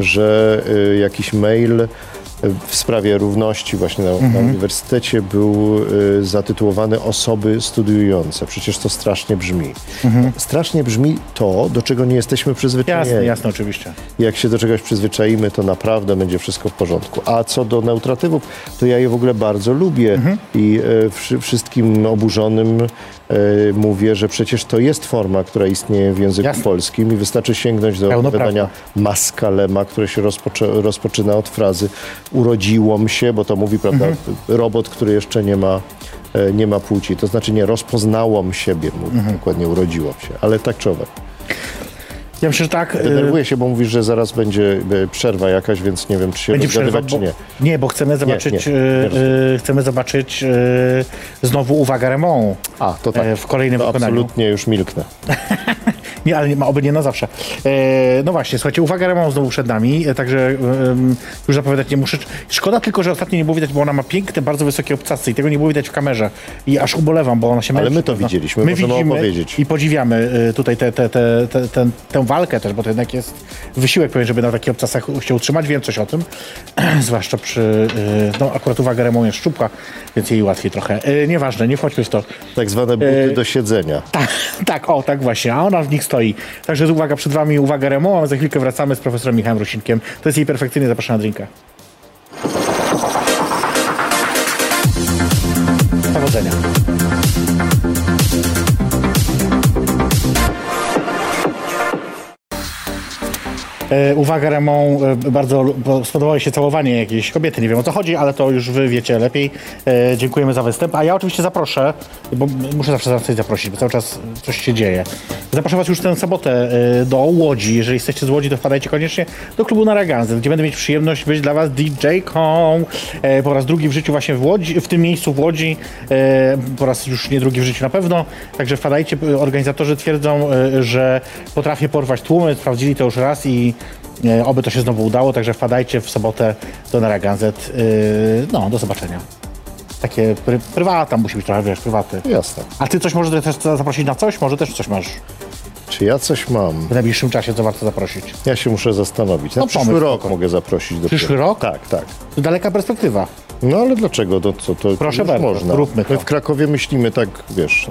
że y, jakiś mail y, w sprawie równości właśnie na, Mhm. na uniwersytecie był y, zatytułowany Osoby studiujące. Przecież to strasznie brzmi. Mhm. Strasznie brzmi to, do czego nie jesteśmy przyzwyczajeni. Jasne, jasne, oczywiście. Jak się do czegoś przyzwyczaimy, to naprawdę będzie wszystko w porządku. A co do neutratywów, to ja je w ogóle bardzo lubię Mhm. i e, wszy, wszystkim oburzonym e, mówię, że przecież to jest forma, która istnieje w języku Jasne. polskim i wystarczy sięgnąć do Pełno wydania prawda. Maskalema, które się rozpoczę, rozpoczyna od frazy urodziłam się, bo to mówi, prawda, Mhm. robot, który jeszcze nie ma e, nie ma płci. To znaczy nie rozpoznałam siebie, mówi, Mhm. dokładnie urodziłam się, ale tak czy owak. Ja myślę, że tak. y, Denerwuję się, bo mówisz, że zaraz będzie e, przerwa jakaś, więc nie wiem, czy się Będzie rozgadywać, przerwa, czy bo, nie. nie, bo chcemy zobaczyć, nie, y, nie y, chcemy zobaczyć y, znowu uwagę Remont A, to tak. e, w kolejnym to wykonaniu. absolutnie już milknę. Nie, ale nie ma, oby nie na zawsze. E, no właśnie, słuchajcie, uwaga Remont znowu przed nami, e, także um, już zapowiadać nie muszę. Szkoda tylko, że ostatnio nie było widać, bo ona ma piękne, bardzo wysokie obcasy i tego nie było widać w kamerze. I aż ubolewam, bo ona się Ale męczy. my to No, widzieliśmy, my możemy widzimy opowiedzieć. i podziwiamy y, tutaj te, te, te, te, te, tę walkę też, bo to jednak jest wysiłek pewien, żeby na takich obcasach się utrzymać. Wiem coś o tym, zwłaszcza przy, y, no akurat uwaga Remont jest szczupła, więc jej łatwiej trochę. Y, nieważne, nie wchodźmy w to. Tak zwane buty E, do siedzenia. Tak, tak, o, tak właśnie, a ona w nich stoi. Także uwaga, przed wami uwaga Remont, a my za chwilkę wracamy z profesorem Michałem Rusinkiem. To jest jej perfekcyjnie, zapraszam na drinka. Powodzenia. E, uwaga, Remon, e, bardzo bo spodobało się całowanie jakiejś kobiety, nie wiem o co chodzi, ale to już wy wiecie lepiej. E, dziękujemy za występ, a ja oczywiście zaproszę, bo muszę zawsze coś zaprosić, bo cały czas coś się dzieje. Zaproszę was już tę sobotę e, do Łodzi. Jeżeli jesteście z Łodzi, to wpadajcie koniecznie do klubu Narragansett, gdzie będę mieć przyjemność być dla was D J-ką. E, po raz drugi w życiu właśnie w Łodzi, w tym miejscu w Łodzi, e, po raz już nie drugi w życiu na pewno, także wpadajcie. Organizatorzy twierdzą, e, że potrafię porwać tłumy, sprawdzili to już raz i e, oby to się znowu udało, także wpadajcie w sobotę do Narragansett. E, no, do zobaczenia. Takie pry, prywata musi być trochę, wiesz, prywaty. Jasne. A ty coś może też zaprosić na coś? Może też coś masz Czy ja coś mam? w najbliższym czasie, co warto zaprosić? Ja się muszę zastanowić. Na No, przyszły pomysł, rok spoko. mogę zaprosić do Przyszły rok? Tak, tak. To daleka perspektywa. No ale dlaczego? To, co, to Proszę już bardzo, można. zróbmy to. My w Krakowie myślimy tak, wiesz...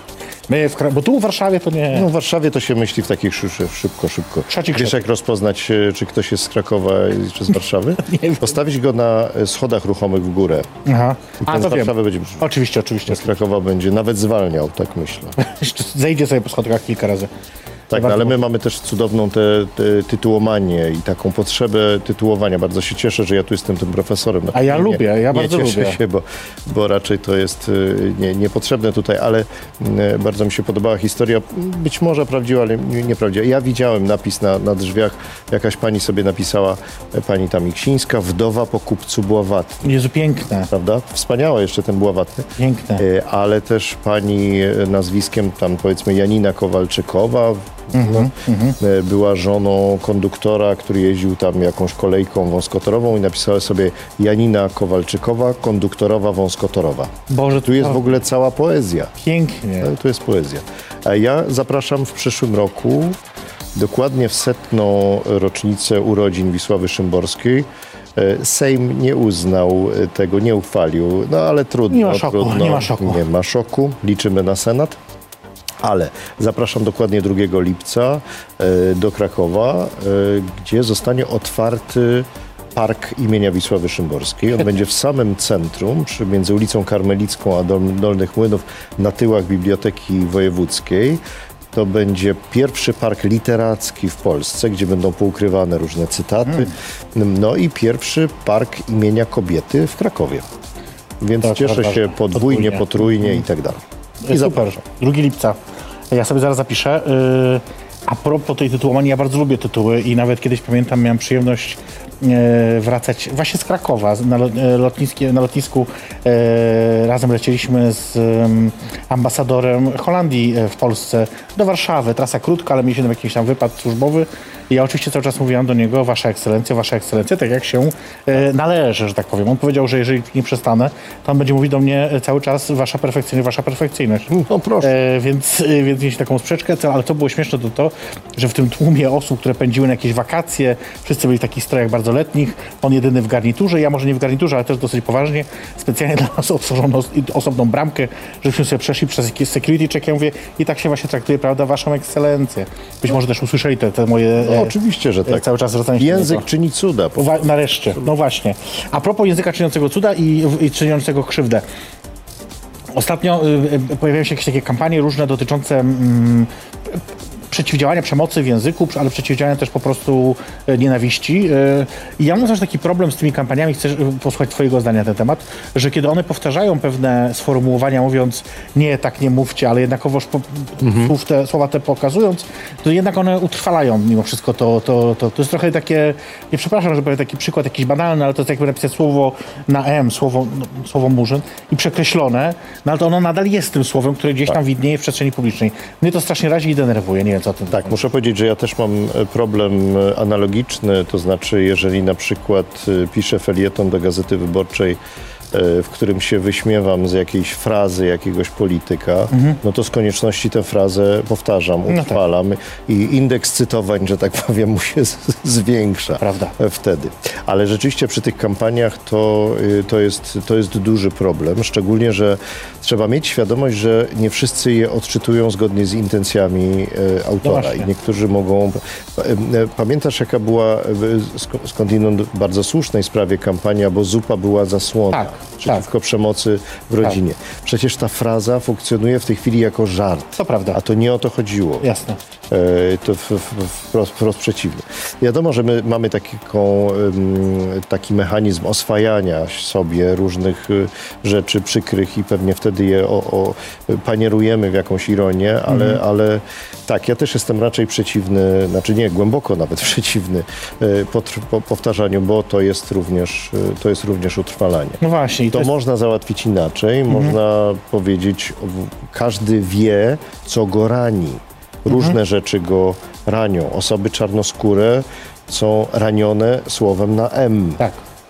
My w Kra- bo tu w Warszawie to nie... No w Warszawie to się myśli w takich szy- szybko, szybko. Krzaci, Wiesz krzaci. jak rozpoznać, e, czy ktoś jest z Krakowa i- czy z Warszawy? Nie wiem. Postawić go na e, schodach ruchomych w górę. Aha. I A, ten z to wiem. Warszawy będzie... Oczywiście, oczywiście. Z Krakowa będzie nawet zwalniał, tak myślę. Jeszcze zejdzie sobie po schodkach kilka razy. Tak, no, ale my mamy też cudowną tę te, tytułomanię i taką potrzebę tytułowania. Bardzo się cieszę, że ja tu jestem tym profesorem. A ja nie, lubię, ja nie bardzo cieszę lubię. się, bo, bo raczej to jest y, nie, niepotrzebne tutaj, ale y, bardzo mi się podobała historia, być może prawdziwa, ale nie- nieprawdziwa. Ja widziałem napis na, na drzwiach, jakaś pani sobie napisała, e, pani tam Iksińska, wdowa po kupcu Bławatnym, Jezu, piękne, prawda? Wspaniała jeszcze ten Bławatny. piękne. E, ale też pani e, nazwiskiem tam powiedzmy Janina Kowalczykowa, Mhm, e, była żoną konduktora, który jeździł tam jakąś kolejką wąskotorową i napisała sobie Janina Kowalczykowa, konduktorowa wąskotorowa. Boże, Tu jest to w ogóle cała poezja. pięknie. Ale to jest poezja. A ja zapraszam w przyszłym roku, dokładnie w setną rocznicę urodzin Wisławy Szymborskiej. E, Sejm nie uznał e, tego, nie uchwalił, no ale trudno. Nie ma szoku, trudno. nie ma szoku. Nie ma szoku, liczymy na Senat. Ale zapraszam dokładnie drugiego lipca e, do Krakowa, e, gdzie zostanie otwarty park imienia Wisławy Szymborskiej. On będzie w samym centrum, przy, między ulicą Karmelicką a Dol, Dolnych Młynów, na tyłach Biblioteki Wojewódzkiej. To będzie pierwszy park literacki w Polsce, gdzie będą poukrywane różne cytaty. No i pierwszy park imienia kobiety w Krakowie. Więc Tak, cieszę bardzo się ważne. podwójnie, Podwójnie. potrójnie i tak dalej. I Super. zapraszam. drugiego lipca. Ja sobie zaraz zapiszę. Yy, a propos tej tytułomanii, ja bardzo lubię tytuły i nawet kiedyś pamiętam, miałem przyjemność e, wracać właśnie z Krakowa, z- na, lo- e, lotniskie, na lotnisku e, razem lecieliśmy z em, ambasadorem Holandii e, w Polsce do Warszawy. Trasa krótka, ale mieliśmy tam jakiś tam wypad służbowy i ja oczywiście cały czas mówiłam do niego Wasza Ekscelencjo, Wasza Ekscelencjo, tak jak się e, należy, że tak powiem. On powiedział, że jeżeli nie przestanę, to on będzie mówił do mnie cały czas Wasza perfekcyjność, Wasza perfekcyjność. No proszę. E, więc, e, więc mieliśmy taką sprzeczkę, co- ale co było śmieszne to to, że w tym tłumie osób, które pędziły na jakieś wakacje, wszyscy byli w takich strojach bardzo letnich, on jedyny w garniturze, ja może nie w garniturze, ale też dosyć poważnie, specjalnie dla nas otworzono os- osobną bramkę, żebyśmy sobie przeszli przez jakieś security check, ja mówię, i tak się właśnie traktuje, prawda, Waszą Ekscelencję. Być może też usłyszeli te, te moje... No, e, oczywiście, że tak. Cały czas zwracanie się do Język niego. czyni cuda. Uwa- nareszcie, no właśnie. A propos języka czyniącego cuda i, i czyniącego krzywdę. Ostatnio y, y, pojawiają się jakieś takie kampanie różne dotyczące mm, p- przeciwdziałania przemocy w języku, ale przeciwdziałania też po prostu y, nienawiści. Y, I ja mam też taki problem z tymi kampaniami, chcę y, posłuchać twojego zdania na ten temat, że kiedy one powtarzają pewne sformułowania, mówiąc nie, tak nie mówcie, ale jednakowoż po, słów te, słowa te pokazując, to jednak one utrwalają mimo wszystko. To, to, to, to jest trochę takie, nie przepraszam, że powiem taki przykład jakiś banalny, ale to jest jakby napisać słowo na M, słowo, no, słowo murzyn i przekreślone, no ale to ono nadal jest tym słowem, które gdzieś tam widnieje w przestrzeni publicznej. Mnie to strasznie razi i denerwuje, nie wiem co o tym. Tak, muszę powiedzieć, że ja też mam e, problem e, analogiczny, to znaczy jeżeli na przykład e, piszę felieton do Gazety Wyborczej, e, w którym się wyśmiewam z jakiejś frazy jakiegoś polityka, no to z konieczności tę frazę powtarzam, tak. utrwalam i indeks cytowań, że tak powiem, mu się z- zwiększa Prawda. e, wtedy. Ale rzeczywiście przy tych kampaniach to, y, to, jest, to jest duży problem, szczególnie, że trzeba mieć świadomość, że nie wszyscy je odczytują zgodnie z intencjami e, autora właśnie. i niektórzy mogą... e, e, Pamiętasz, jaka była e, sk- skądinąd w bardzo słusznej sprawie kampania, bo zupa była zasłona. Tak, przeciwko tak. przemocy w rodzinie. Tak. Przecież ta fraza funkcjonuje w tej chwili jako żart. To prawda. A to nie o to chodziło. Jasne. E, to w, w, wprost, wprost przeciwnie. Wiadomo, że my mamy taką, taki mechanizm oswajania sobie różnych rzeczy przykrych i pewnie wtedy je o, o, panierujemy w jakąś ironię, ale, mhm. ale tak, ja też jestem raczej przeciwny, znaczy nie, głęboko nawet przeciwny po, po, powtarzaniu, bo to jest również, to jest również utrwalanie. No właśnie. To, to jest... można załatwić inaczej, mhm. można powiedzieć, każdy wie, co go rani. Różne mhm. rzeczy go ranią. Osoby czarnoskóre są ranione słowem na M. Tak.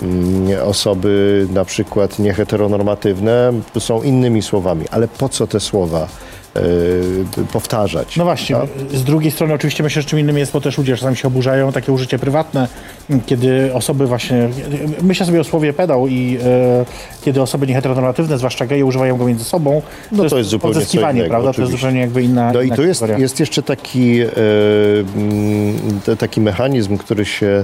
Osoby na przykład nieheteronormatywne są innymi słowami. Ale po co te słowa Yy, powtarzać? No właśnie, tak? Z drugiej strony oczywiście myślę, że czym innym jest, bo też ludzie czasami się oburzają, takie użycie prywatne, kiedy osoby właśnie, myślę sobie o słowie pedał i yy, kiedy osoby nieheteronormatywne, zwłaszcza geje, używają go między sobą, no to, to jest zupełnie odzyskiwanie, innego, prawda? oczywiście. To jest zupełnie jakby inna No inna i tu jest, jest jeszcze taki, yy, taki mechanizm, który się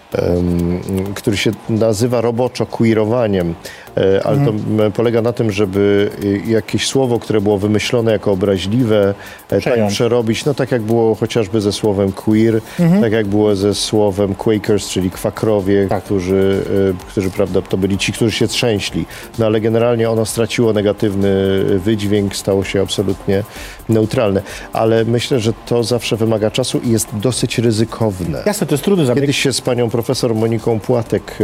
który się nazywa roboczo queerowaniem, ale to mhm. polega na tym, żeby jakieś słowo, które było wymyślone jako obraźliwe, Przejąć. tak przerobić, no tak jak było chociażby ze słowem queer, mhm. tak jak było ze słowem Quakers, czyli kwakrowie, tak. którzy, którzy, prawda, to byli ci, którzy się trzęśli. No ale generalnie ono straciło negatywny wydźwięk, stało się absolutnie neutralne. Ale myślę, że to zawsze wymaga czasu i jest dosyć ryzykowne. Jasne, to jest trudny zabieg. Kiedyś się z panią profesor Moniką Płatek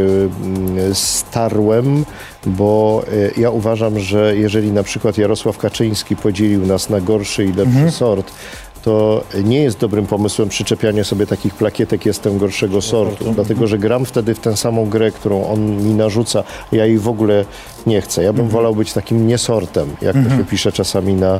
starłem, bo ja uważam, że jeżeli na przykład Jarosław Kaczyński podzielił nas na gorszy i lepszy mhm. sort, to nie jest dobrym pomysłem przyczepianie sobie takich plakietek jestem gorszego sortu, sortu. dlatego że gram wtedy w tę samą grę, którą on mi narzuca. Ja jej w ogóle nie chcę. Ja bym mhm. wolał być takim niesortem, jak mhm. to się pisze czasami na,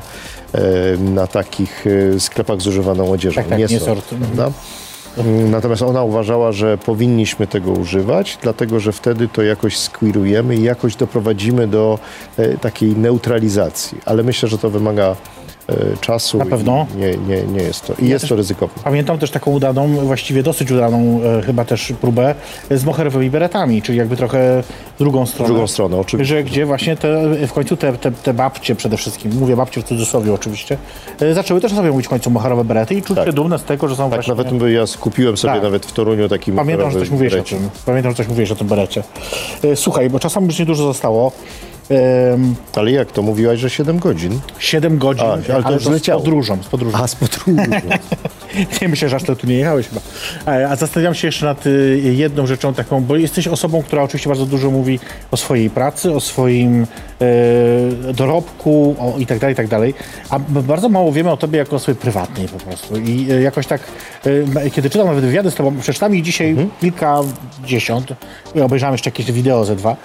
na takich sklepach z używaną odzieżą. Tak, tak, niesort, niesort. prawda? Natomiast ona uważała, że powinniśmy tego używać, dlatego że wtedy to jakoś squeerujemy i jakoś doprowadzimy do e, takiej neutralizacji. Ale myślę, że to wymaga e, czasu. Na pewno. Nie, nie, nie jest to. I ja jest to ryzykowne. Pamiętam też taką udaną, właściwie dosyć udaną e, chyba też próbę z moherowymi beretami, czyli jakby trochę drugą stronę. Drugą stronę, oczywiście. Że gdzie właśnie te, w końcu te, te, te babcie przede wszystkim, mówię babcie w cudzysłowie oczywiście, e, zaczęły też sobie mówić w końcu moherowe berety i czuć tak. się dumne z tego, że są tak, właśnie... nawet by ja skupiłem sobie tak. nawet w Toruniu taki Pamiętam, że coś mówiłeś o tym. Pamiętam, że coś mówiłeś o tym berecie. E, słuchaj, bo czasami już niedużo zostało. Um, ale jak to? Mówiłaś, że siedem godzin? siedem godzin, A, ale to ale już to z leciało. podróżą, z podróżą. A, z podróżą. Nie myślę, że aż to tu nie jechałeś chyba. A zastanawiam się jeszcze nad jedną rzeczą taką, bo jesteś osobą, która oczywiście bardzo dużo mówi o swojej pracy, o swoim e, dorobku o, i tak dalej, i tak dalej. A bardzo mało wiemy o tobie jako osobie prywatnej po prostu. I e, jakoś tak, e, kiedy czytam nawet wywiady z tobą, przeczytam ich dzisiaj mhm. kilkadziesiąt, obejrzałem jeszcze jakieś wideo ze dwa,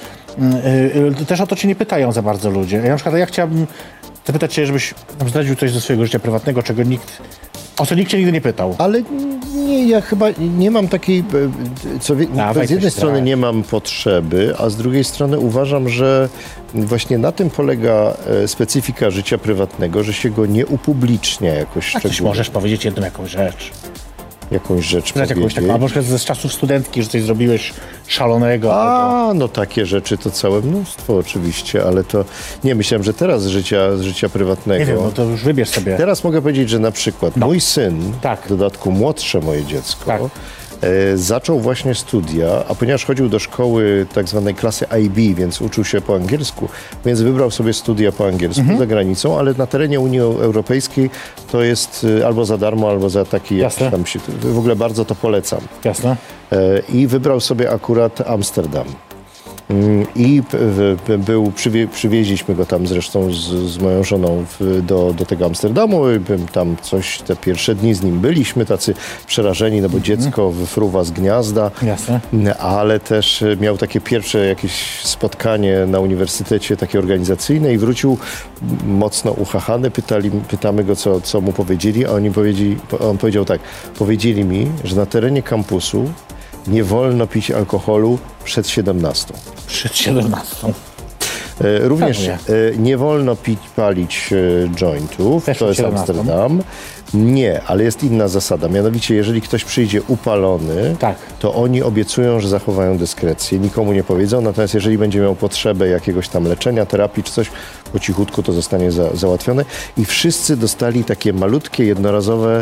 e, też o to cię nie pytają za bardzo ludzie. Ja na przykład ja chciałbym zapytać cię, żebyś nam zdradził coś ze swojego życia prywatnego, czego nikt, o co nikt cię nigdy nie pytał. Ale nie, ja chyba nie mam takiej, co wie, Dawaj, z jednej strony dawaj. nie mam potrzeby, a z drugiej strony uważam, że właśnie na tym polega specyfika życia prywatnego, że się go nie upublicznia jakoś A szczególnie. możesz powiedzieć jedną jakąś rzecz. Jakąś rzecz Znać jakąś taką, albo z czasów studentki, że coś zrobiłeś szalonego. A, albo... no takie rzeczy to całe mnóstwo oczywiście, ale to nie, myślałem, że teraz z życia, z życia prywatnego. Nie wiem, no to już wybierz sobie. Teraz mogę powiedzieć, że na przykład no. mój syn, tak. w dodatku młodsze moje dziecko, tak. e, zaczął właśnie studia, a ponieważ chodził do szkoły tak zwanej klasy I B, więc uczył się po angielsku, więc wybrał sobie studia po angielsku mhm. za granicą, ale na terenie Unii Europejskiej to jest albo za darmo, albo za taki, jak tam się, w ogóle bardzo to polecam. Jasne. E, I wybrał sobie akurat Amsterdam. I był, przywie, przywieźliśmy go tam zresztą z, z moją żoną w, do, do tego Amsterdamu. Tam coś, te pierwsze dni z nim byliśmy tacy przerażeni, no bo dziecko wyfruwa z gniazda. Jasne. Ale też miał takie pierwsze jakieś spotkanie na uniwersytecie, takie organizacyjne i wrócił mocno uchachany. Pytali, pytamy go, co, co mu powiedzieli, a oni powiedzieli, on powiedział tak, powiedzieli mi, że na terenie kampusu nie wolno pić alkoholu przed siedemnastą. Przed siedemnastą. Również nie wolno pić, palić jointów, też to jest Amsterdam. Nie, ale jest inna zasada. Mianowicie, jeżeli ktoś przyjdzie upalony, Tak. to oni obiecują, że zachowają dyskrecję. Nikomu nie powiedzą, natomiast jeżeli będzie miał potrzebę jakiegoś tam leczenia, terapii czy coś, po cichutku to zostanie za, załatwione. I wszyscy dostali takie malutkie, jednorazowe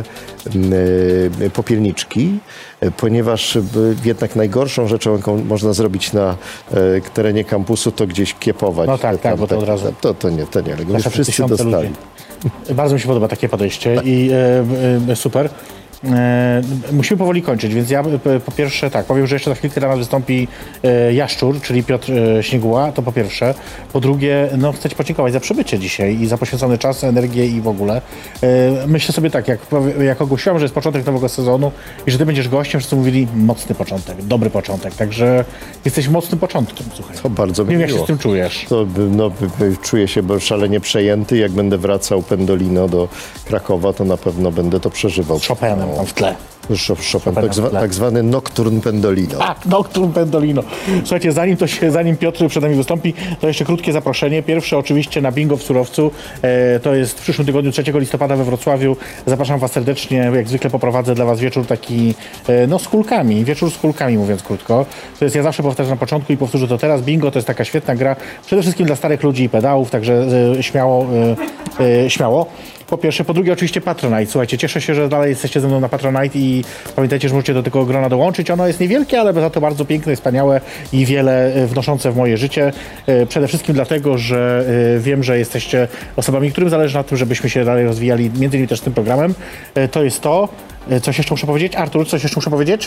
yy, popierniczki, yy, ponieważ yy, jednak najgorszą rzeczą, jaką można zrobić na yy, terenie kampusu, to gdzieś kiepować. No tak, tak, bo to od razu- To, to nie, to nie, ale Zawsze wszyscy tysiące dostali. ludzi. Bardzo mi się podoba takie podejście i e, e, super. E, musimy powoli kończyć, więc ja e, po pierwsze tak, powiem, że jeszcze za chwilkę dla nas wystąpi e, Jaszczur, czyli Piotr e, Śnieguła, to po pierwsze. Po drugie, no chcę Ci podziękować za przybycie dzisiaj i za poświęcony czas, energię i w ogóle. E, myślę sobie tak, jak, jak ogłosiłam, że jest początek nowego sezonu i że Ty będziesz gościem, wszyscy mówili mocny początek, dobry początek, także jesteś mocnym początkiem, słuchaj. To bardzo mi Nie wiem, jak się miło. z tym czujesz. To, no, czuję się szalenie przejęty. Jak będę wracał pendolino do Krakowa, to na pewno będę to przeżywał. Z Chopinem tam w tle. Chopin, Chopin, tak, zwa, w tle. tak zwany Nocturne Pendolino. Tak, Nocturne Pendolino. Słuchajcie, zanim, to się, zanim Piotr przed nami wystąpi, to jeszcze krótkie zaproszenie. Pierwsze oczywiście na bingo w Surowcu. E, to jest w przyszłym tygodniu, trzeciego listopada we Wrocławiu. Zapraszam Was serdecznie. Jak zwykle poprowadzę dla Was wieczór taki, e, no z kulkami. Wieczór z kulkami, mówiąc krótko. To jest, ja zawsze powtarzam na początku i powtórzę to teraz. Bingo to jest taka świetna gra, przede wszystkim dla starych ludzi i pedałów, także e, śmiało, e, e, śmiało. Po pierwsze. Po drugie oczywiście Patronite. Słuchajcie, cieszę się, że dalej jesteście ze mną na Patronite i pamiętajcie, że możecie do tego grona dołączyć. Ono jest niewielkie, ale za to bardzo piękne, wspaniałe i wiele e, wnoszące w moje życie. E, Przede wszystkim dlatego, że e, wiem, że jesteście osobami, którym zależy na tym, żebyśmy się dalej rozwijali, między innymi też tym programem. E, To jest to. E, Coś jeszcze muszę powiedzieć? Artur, coś jeszcze muszę powiedzieć?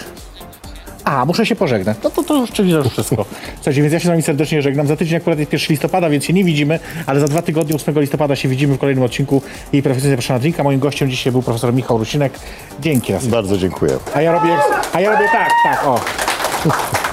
A, muszę się pożegnać. No to, to czyli to już wszystko. Słuchajcie, więc ja się z wami serdecznie żegnam. Za tydzień akurat jest pierwszego listopada, więc się nie widzimy, ale za dwa tygodnie, ósmego listopada się widzimy w kolejnym odcinku jej Perfekcyjnie Zapraszana Drinka. Moim gościem dzisiaj był profesor Michał Rusinek. Dzięki raz. Bardzo dziękuję. A ja robię, a ja robię tak, tak, o.